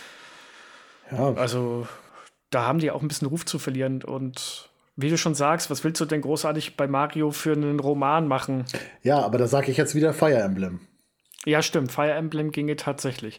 ja, Also da haben die auch ein bisschen Ruf zu verlieren. Und wie du schon sagst, was willst du denn großartig bei Mario für einen Roman machen? ja, aber da sage ich jetzt wieder Fire Emblem. Ja, stimmt. Fire Emblem ginge tatsächlich.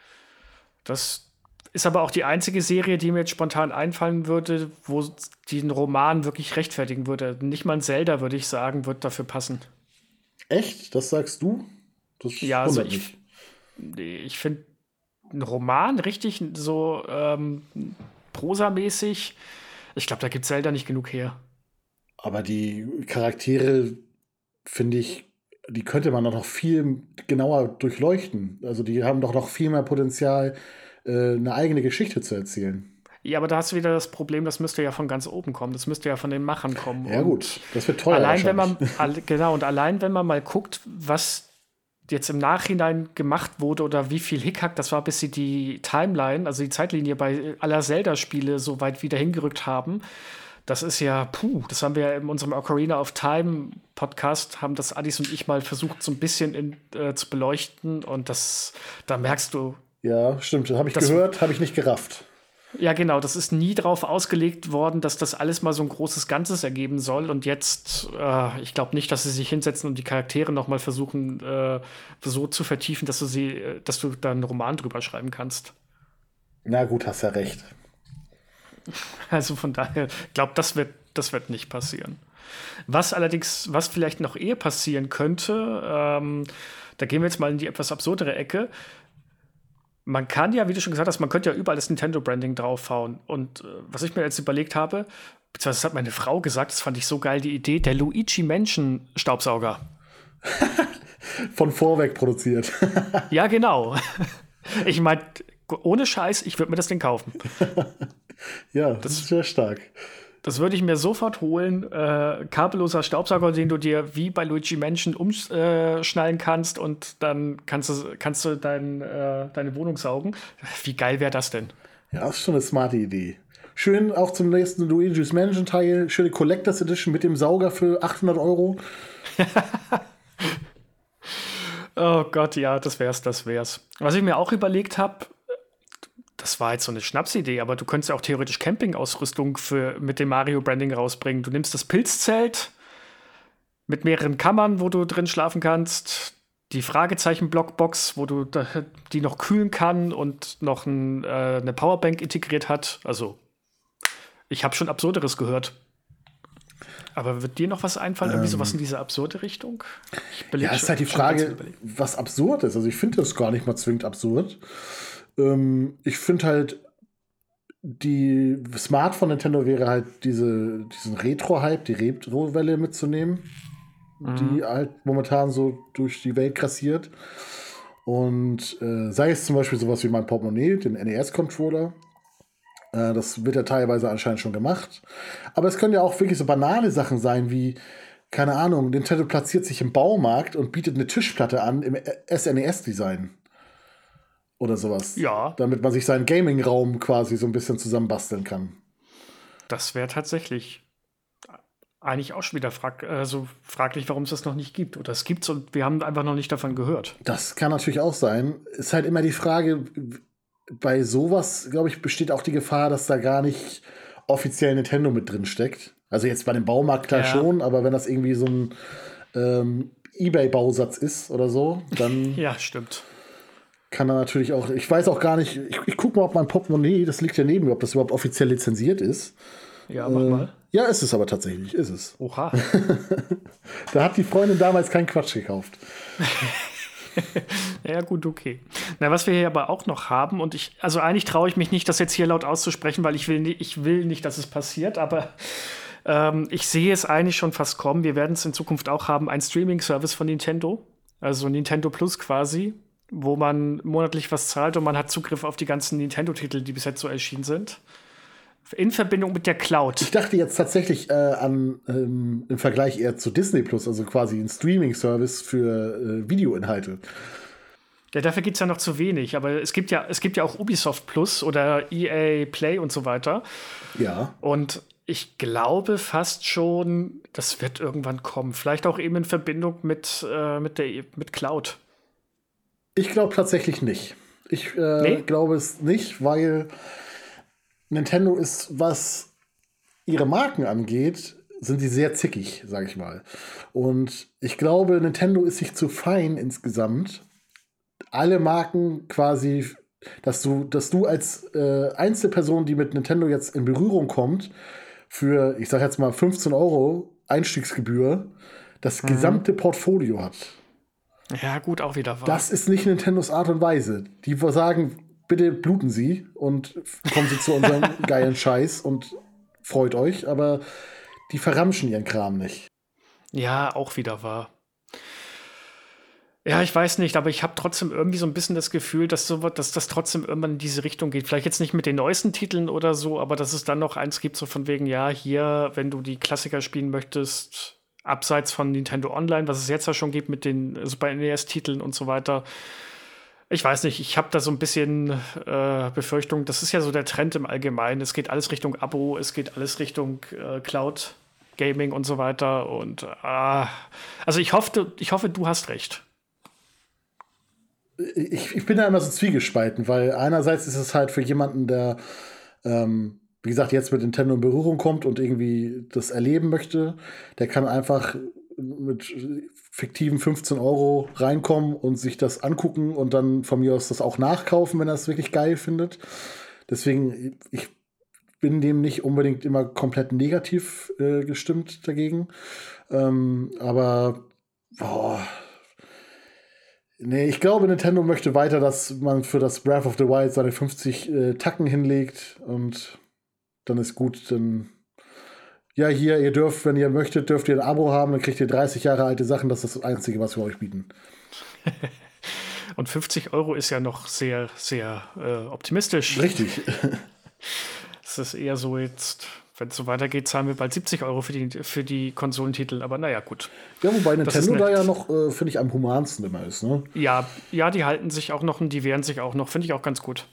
Das ist aber auch die einzige Serie, die mir jetzt spontan einfallen würde, wo den Roman wirklich rechtfertigen würde. Nicht mal ein Zelda, würde ich sagen, wird dafür passen. Echt? Das sagst du? Das Ja, also wundert ich, mich. nee, ich finde einen Roman richtig so ähm, prosamäßig. Ich glaube, da gibt Zelda nicht genug her. Aber die Charaktere, finde ich, die könnte man doch noch viel genauer durchleuchten. Also die haben doch noch viel mehr Potenzial, äh, eine eigene Geschichte zu erzählen. Ja, aber da hast du wieder das Problem, das müsste ja von ganz oben kommen. Das müsste ja von den Machern kommen. Ja Und gut, das wird teuer allein wenn man, wahrscheinlich. all, genau, und allein wenn man mal guckt, was jetzt im Nachhinein gemacht wurde oder wie viel Hickhack das war, bis sie die Timeline, also die Zeitlinie bei aller Zelda-Spiele so weit wieder hingerückt haben. Das ist ja, puh, das haben wir ja in unserem Ocarina of Time Podcast, haben das Adis und ich mal versucht, so ein bisschen in, äh, zu beleuchten. Und das, da merkst du, Ja, stimmt, das habe ich Das- gehört, habe ich nicht gerafft. ja, genau, das ist nie drauf ausgelegt worden, dass das alles mal so ein großes Ganzes ergeben soll. Und jetzt, äh, ich glaube nicht, dass sie sich hinsetzen und die Charaktere noch mal versuchen, äh, so zu vertiefen, dass du sie, äh, dass du da einen Roman drüber schreiben kannst. Na gut, hast ja recht. Also von daher, ich glaube, das wird, das wird nicht passieren. Was allerdings, was vielleicht noch eher passieren könnte, ähm, da gehen wir jetzt mal in die etwas absurdere Ecke. Man kann ja, wie du schon gesagt hast, man könnte ja überall das Nintendo-Branding draufhauen. Und äh, was ich mir jetzt überlegt habe, beziehungsweise das hat meine Frau gesagt, das fand ich so geil, die Idee, der Luigi Mansion Staubsauger. Von vorweg produziert. Ja, genau. Ich meine, ohne Scheiß, ich würde mir das Ding kaufen. Ja, das ist sehr stark. Das würde ich mir sofort holen. Äh, kabelloser Staubsauger, den du dir wie bei Luigi Mansion umschnallen kannst und dann kannst du, kannst du dein, äh, deine Wohnung saugen. Wie geil wäre das denn? Ja, ist schon eine smarte Idee. Schön auch zum nächsten Luigi's Mansion Teil. Schöne Collectors Edition mit dem Sauger für achthundert Euro. Oh Gott, ja, das wär's, das wär's. Was ich mir auch überlegt habe, das war jetzt so eine Schnapsidee, aber du könntest ja auch theoretisch Campingausrüstung für, mit dem Mario-Branding rausbringen. Du nimmst das Pilzzelt mit mehreren Kammern, wo du drin schlafen kannst, die Fragezeichen-Blockbox, wo du da, die noch kühlen kann und noch ein, äh, eine Powerbank integriert hat. Also, ich habe schon Absurderes gehört. Aber wird dir noch was einfallen? Irgendwie sowas in diese absurde Richtung? Ich beleg Ja, ist schon- halt die schon ganz Frage, überlegt. was absurd ist. Also ich finde das gar nicht mal zwingend absurd. Ähm, ich finde halt, die Smart von Nintendo wäre halt diese, diesen Retro-Hype, die Retro-Welle mitzunehmen, die halt momentan so durch die Welt grassiert. Und äh, sei es zum Beispiel sowas wie mein Portemonnaie, den N E S-Controller. Äh, das wird ja teilweise anscheinend schon gemacht. Aber es können ja auch wirklich so banale Sachen sein wie, keine Ahnung, Nintendo platziert sich im Baumarkt und bietet eine Tischplatte an im S N E S-Design. Oder sowas. Ja. Damit man sich seinen Gaming-Raum quasi so ein bisschen zusammenbasteln kann. Das wäre tatsächlich eigentlich auch schon wieder frag also fraglich, warum es das noch nicht gibt. Oder es gibt's und wir haben einfach noch nicht davon gehört. Das kann natürlich auch sein. Ist halt immer die Frage, bei sowas, glaube ich, besteht auch die Gefahr, dass da gar nicht offiziell Nintendo mit drin steckt. Also jetzt bei dem Baumarkt klar Ja. schon, aber wenn das irgendwie so ein ähm, eBay-Bausatz ist oder so, dann Ja, stimmt. kann er natürlich auch, ich weiß auch gar nicht, ich, ich gucke mal, ob mein Portemonnaie, das liegt ja neben mir, ob das überhaupt offiziell lizenziert ist. Ja, mach Äh, mal. Ja, ist es aber tatsächlich, ist es. Oha. Da hat die Freundin damals keinen Quatsch gekauft. Ja, gut, okay. Na, was wir hier aber auch noch haben, und ich, also eigentlich traue ich mich nicht, das jetzt hier laut auszusprechen, weil ich will, ni- ich will nicht, dass es passiert, aber ähm, ich sehe es eigentlich schon fast kommen. Wir werden es in Zukunft auch haben, ein Streaming-Service von Nintendo, also Nintendo Plus quasi, wo man monatlich was zahlt und man hat Zugriff auf die ganzen Nintendo-Titel, die bis jetzt so erschienen sind. In Verbindung mit der Cloud. Ich dachte jetzt tatsächlich äh, an ähm, im Vergleich eher zu Disney Plus, also quasi ein Streaming-Service für äh, Videoinhalte. Ja, dafür gibt es ja noch zu wenig, aber es gibt ja, es gibt ja auch Ubisoft Plus oder E A Play und so weiter. Ja. Und ich glaube fast schon, das wird irgendwann kommen. Vielleicht auch eben in Verbindung mit, äh, mit, der, mit Cloud. Ich glaube tatsächlich nicht. Ich äh, Nee? glaube es nicht, weil Nintendo ist, was ihre Marken angeht, sind sie sehr zickig, sage ich mal. Und ich glaube, Nintendo ist sich zu fein insgesamt, alle Marken quasi, dass du, dass du als äh, Einzelperson, die mit Nintendo jetzt in Berührung kommt, für, ich sag jetzt mal, fünfzehn Euro Einstiegsgebühr, das Mhm. gesamte Portfolio hat. Ja, gut, auch wieder wahr. Das ist nicht Nintendos Art und Weise. Die sagen, bitte bluten Sie und kommen Sie zu unserem geilen Scheiß und freut euch, aber die verramschen ihren Kram nicht. Ja, auch wieder wahr. Ja, ich weiß nicht, aber ich habe trotzdem irgendwie so ein bisschen das Gefühl, dass, so, dass das trotzdem irgendwann in diese Richtung geht. Vielleicht jetzt nicht mit den neuesten Titeln oder so, aber dass es dann noch eins gibt, so von wegen, ja, hier, wenn du die Klassiker spielen möchtest, abseits von Nintendo Online, was es jetzt ja schon gibt mit den Super N E S-Titeln und so weiter. Ich weiß nicht, ich habe da so ein bisschen äh, Befürchtung, das ist ja so der Trend im Allgemeinen. Es geht alles Richtung Abo, es geht alles Richtung äh, Cloud, Gaming und so weiter. Und ah, also ich hoffe, ich hoffe, du hast recht. Ich, ich bin da immer so zwiegespalten, weil einerseits ist es halt für jemanden, der, ähm, wie gesagt, jetzt mit Nintendo in Berührung kommt und irgendwie das erleben möchte, der kann einfach mit fiktiven fünfzehn Euro reinkommen und sich das angucken und dann von mir aus das auch nachkaufen, wenn er es wirklich geil findet. Deswegen, ich bin dem nicht unbedingt immer komplett negativ äh, gestimmt dagegen. Ähm, aber, boah. Nee, ich glaube, Nintendo möchte weiter, dass man für das Breath of the Wild seine fünfzig äh, Tacken hinlegt und dann ist gut. Dann, ja, hier, ihr dürft, wenn ihr möchtet, dürft ihr ein Abo haben, dann kriegt ihr dreißig Jahre alte Sachen. Das ist das Einzige, was wir euch bieten. Und fünfzig Euro ist ja noch sehr, sehr äh, optimistisch. Richtig. Es ist eher so jetzt, wenn es so weitergeht, zahlen wir bald siebzig Euro für die, für die Konsolentitel. Aber naja, gut. Ja, wobei Das ist Nintendo da nett. ja noch, äh, finde ich, am humansten immer ist, ne? Ja, ja, die halten sich auch noch und die wehren sich auch noch. Finde ich auch ganz gut.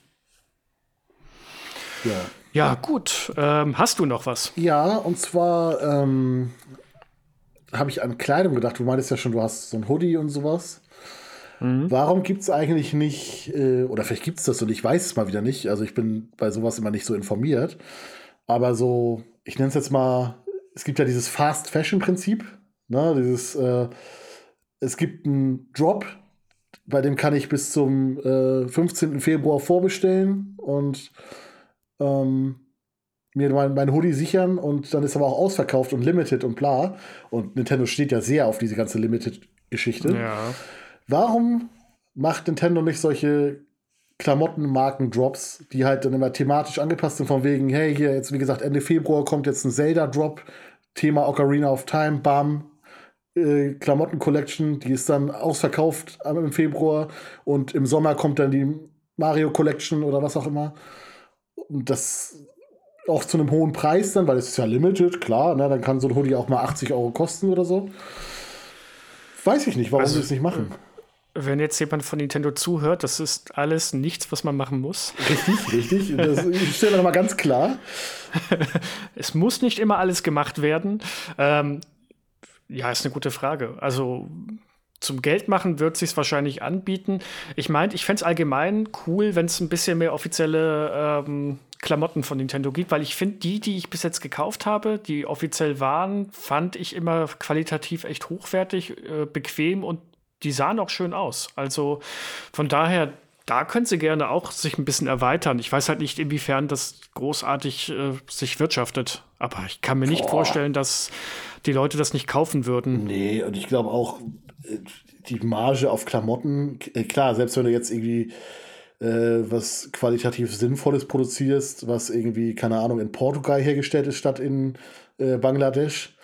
Ja. Ja, gut. Ähm, hast du noch was? Ja, und zwar ähm, habe ich an Kleidung gedacht. Du meintest ja schon, du hast so ein Hoodie und sowas. Warum gibt es eigentlich nicht, äh, oder vielleicht gibt es das und ich weiß es mal wieder nicht, also ich bin bei sowas immer nicht so informiert, aber so, ich nenne es jetzt mal, es gibt ja dieses Fast-Fashion-Prinzip, ne, dieses, äh, es gibt einen Drop, bei dem kann ich bis zum äh, fünfzehnten Februar vorbestellen und ähm, mir mein, mein Hoodie sichern und dann ist aber auch ausverkauft und Limited und bla. Und Nintendo steht ja sehr auf diese ganze Limited-Geschichte. Ja. Warum macht Nintendo nicht solche Klamottenmarken-Drops, die halt dann immer thematisch angepasst sind, von wegen, hey, hier jetzt, wie gesagt, Ende Februar kommt jetzt ein Zelda-Drop, Thema Ocarina of Time, bam, äh, Klamotten-Collection, die ist dann ausverkauft im Februar und im Sommer kommt dann die Mario Collection oder was auch immer. Und das auch zu einem hohen Preis dann, weil es ist ja limited, klar, ne, dann kann so ein Hoodie auch mal achtzig Euro kosten oder so. Weiß ich nicht, warum Also, sie es nicht machen. Wenn jetzt jemand von Nintendo zuhört, das ist alles nichts, was man machen muss. Richtig, richtig. Das, ich stelle noch mal ganz klar. Es muss nicht immer alles gemacht werden. Ähm, ja, ist eine gute Frage. Also zum Geld machen wird es sich wahrscheinlich anbieten. Ich meine, ich fände es allgemein cool, wenn es ein bisschen mehr offizielle ähm, Klamotten von Nintendo gibt, weil ich finde, die, die ich bis jetzt gekauft habe, die offiziell waren, fand ich immer qualitativ echt hochwertig, äh, bequem und die sahen auch schön aus. Also von daher, da können sie gerne auch sich ein bisschen erweitern. Ich weiß halt nicht, inwiefern das großartig äh, sich wirtschaftet. Aber ich kann mir nicht Boah. vorstellen, dass die Leute das nicht kaufen würden. Nee, und ich glaube auch, die Marge auf Klamotten, klar, selbst wenn du jetzt irgendwie äh, was qualitativ Sinnvolles produzierst, was irgendwie, keine Ahnung, in Portugal hergestellt ist statt in äh, Bangladesch,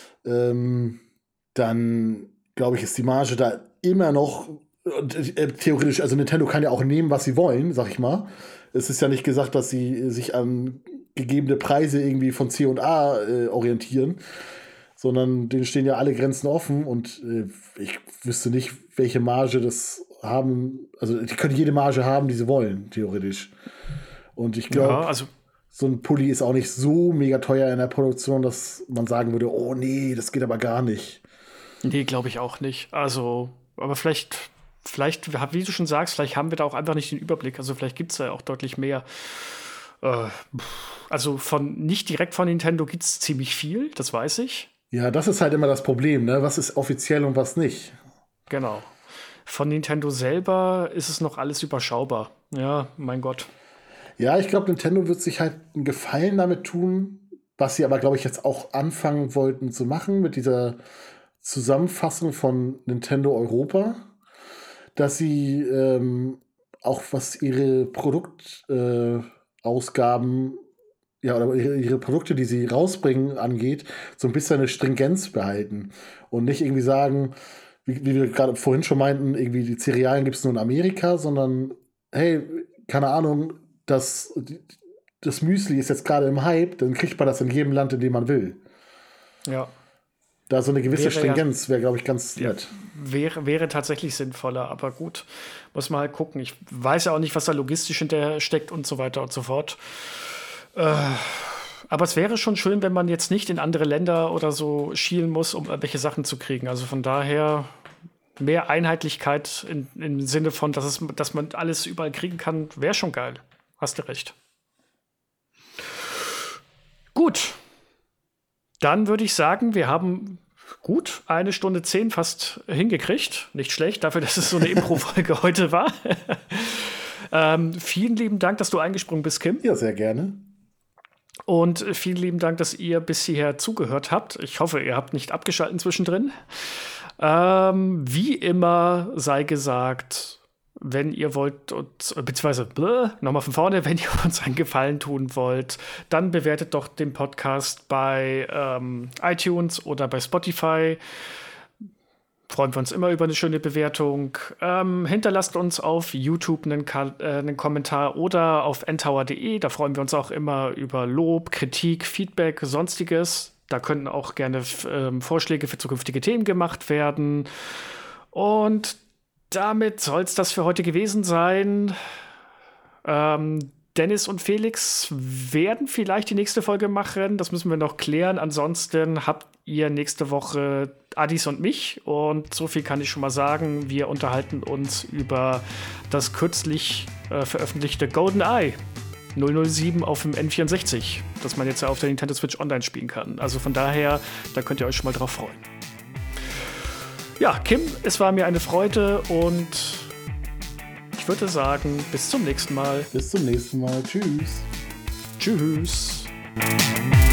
ähm, dann glaube ich, ist die Marge da immer noch äh, theoretisch, also Nintendo kann ja auch nehmen, was sie wollen, sag ich mal. Es ist ja nicht gesagt, dass sie sich an gegebene Preise irgendwie von C und A äh, orientieren, sondern denen stehen ja alle Grenzen offen und äh, ich wüsste nicht, welche Marge das haben. Also die können jede Marge haben, die sie wollen, theoretisch. Und ich glaube, Ja, also so ein Pulli ist auch nicht so mega teuer in der Produktion, dass man sagen würde, oh nee, das geht aber gar nicht. nee, glaube ich auch nicht. Also, aber vielleicht, vielleicht, wie du schon sagst, vielleicht haben wir da auch einfach nicht den Überblick. Also vielleicht gibt es da ja auch deutlich mehr. Äh, also von nicht direkt von Nintendo gibt es ziemlich viel, das weiß ich. Ja, das ist halt immer das Problem, ne? Was ist offiziell und was nicht? Genau. Von Nintendo selber ist es noch alles überschaubar. Ja, mein Gott. Ja, ich glaube, Nintendo wird sich halt einen Gefallen damit tun, was sie aber, glaube ich, jetzt auch anfangen wollten zu machen mit dieser Zusammenfassung von Nintendo Europa, dass sie ähm, auch was ihre Produktausgaben äh, Ausgaben, ja, oder ihre, ihre Produkte, die sie rausbringen, angeht, so ein bisschen eine Stringenz behalten und nicht irgendwie sagen, wie, wie wir gerade vorhin schon meinten, irgendwie die Cerealien gibt es nur in Amerika, sondern hey, keine Ahnung, das, das Müsli ist jetzt gerade im Hype, dann kriegt man das in jedem Land, in dem man will. Ja. Da so eine gewisse Wäre ja- Stringenz wäre, glaube ich, ganz Ja, nett. wäre, wäre tatsächlich sinnvoller, aber gut, muss man halt gucken. Ich weiß ja auch nicht, was da logistisch hinter steckt und so weiter und so fort. Äh, aber es wäre schon schön, wenn man jetzt nicht in andere Länder oder so schielen muss, um irgendwelche Sachen zu kriegen. Also von daher mehr Einheitlichkeit in, im Sinne von, dass, es, dass man alles überall kriegen kann, wäre schon geil. Hast du recht. Gut. Dann würde ich sagen, wir haben gut eine Stunde zehn fast hingekriegt. Nicht schlecht, dafür, dass es so eine Impro-Folge heute war. ähm, vielen lieben Dank, dass du eingesprungen bist, Kim. Ja, sehr gerne. Und vielen lieben Dank, dass ihr bis hierher zugehört habt. Ich hoffe, ihr habt nicht abgeschaltet zwischendrin. Ähm, wie immer sei gesagt, wenn ihr wollt, uns, beziehungsweise nochmal von vorne, wenn ihr uns einen Gefallen tun wollt, dann bewertet doch den Podcast bei ähm, iTunes oder bei Spotify. Freuen wir uns immer über eine schöne Bewertung. Ähm, hinterlasst uns auf YouTube einen, Ka- äh, einen Kommentar oder auf ntower punkt de. Da freuen wir uns auch immer über Lob, Kritik, Feedback, sonstiges. Da können auch gerne f- ähm, Vorschläge für zukünftige Themen gemacht werden. Und damit soll es das für heute gewesen sein. Ähm, Dennis und Felix werden vielleicht die nächste Folge machen. Das müssen wir noch klären. Ansonsten habt ihr nächste Woche Adis und mich. Und so viel kann ich schon mal sagen. Wir unterhalten uns über das kürzlich äh, veröffentlichte GoldenEye null null sieben auf dem N vierundsechzig, das man jetzt ja auf der Nintendo Switch Online spielen kann. Also von daher, da könnt ihr euch schon mal drauf freuen. Ja, Kim, es war mir eine Freude und ich würde sagen, bis zum nächsten Mal. Bis zum nächsten Mal. Tschüss. Tschüss.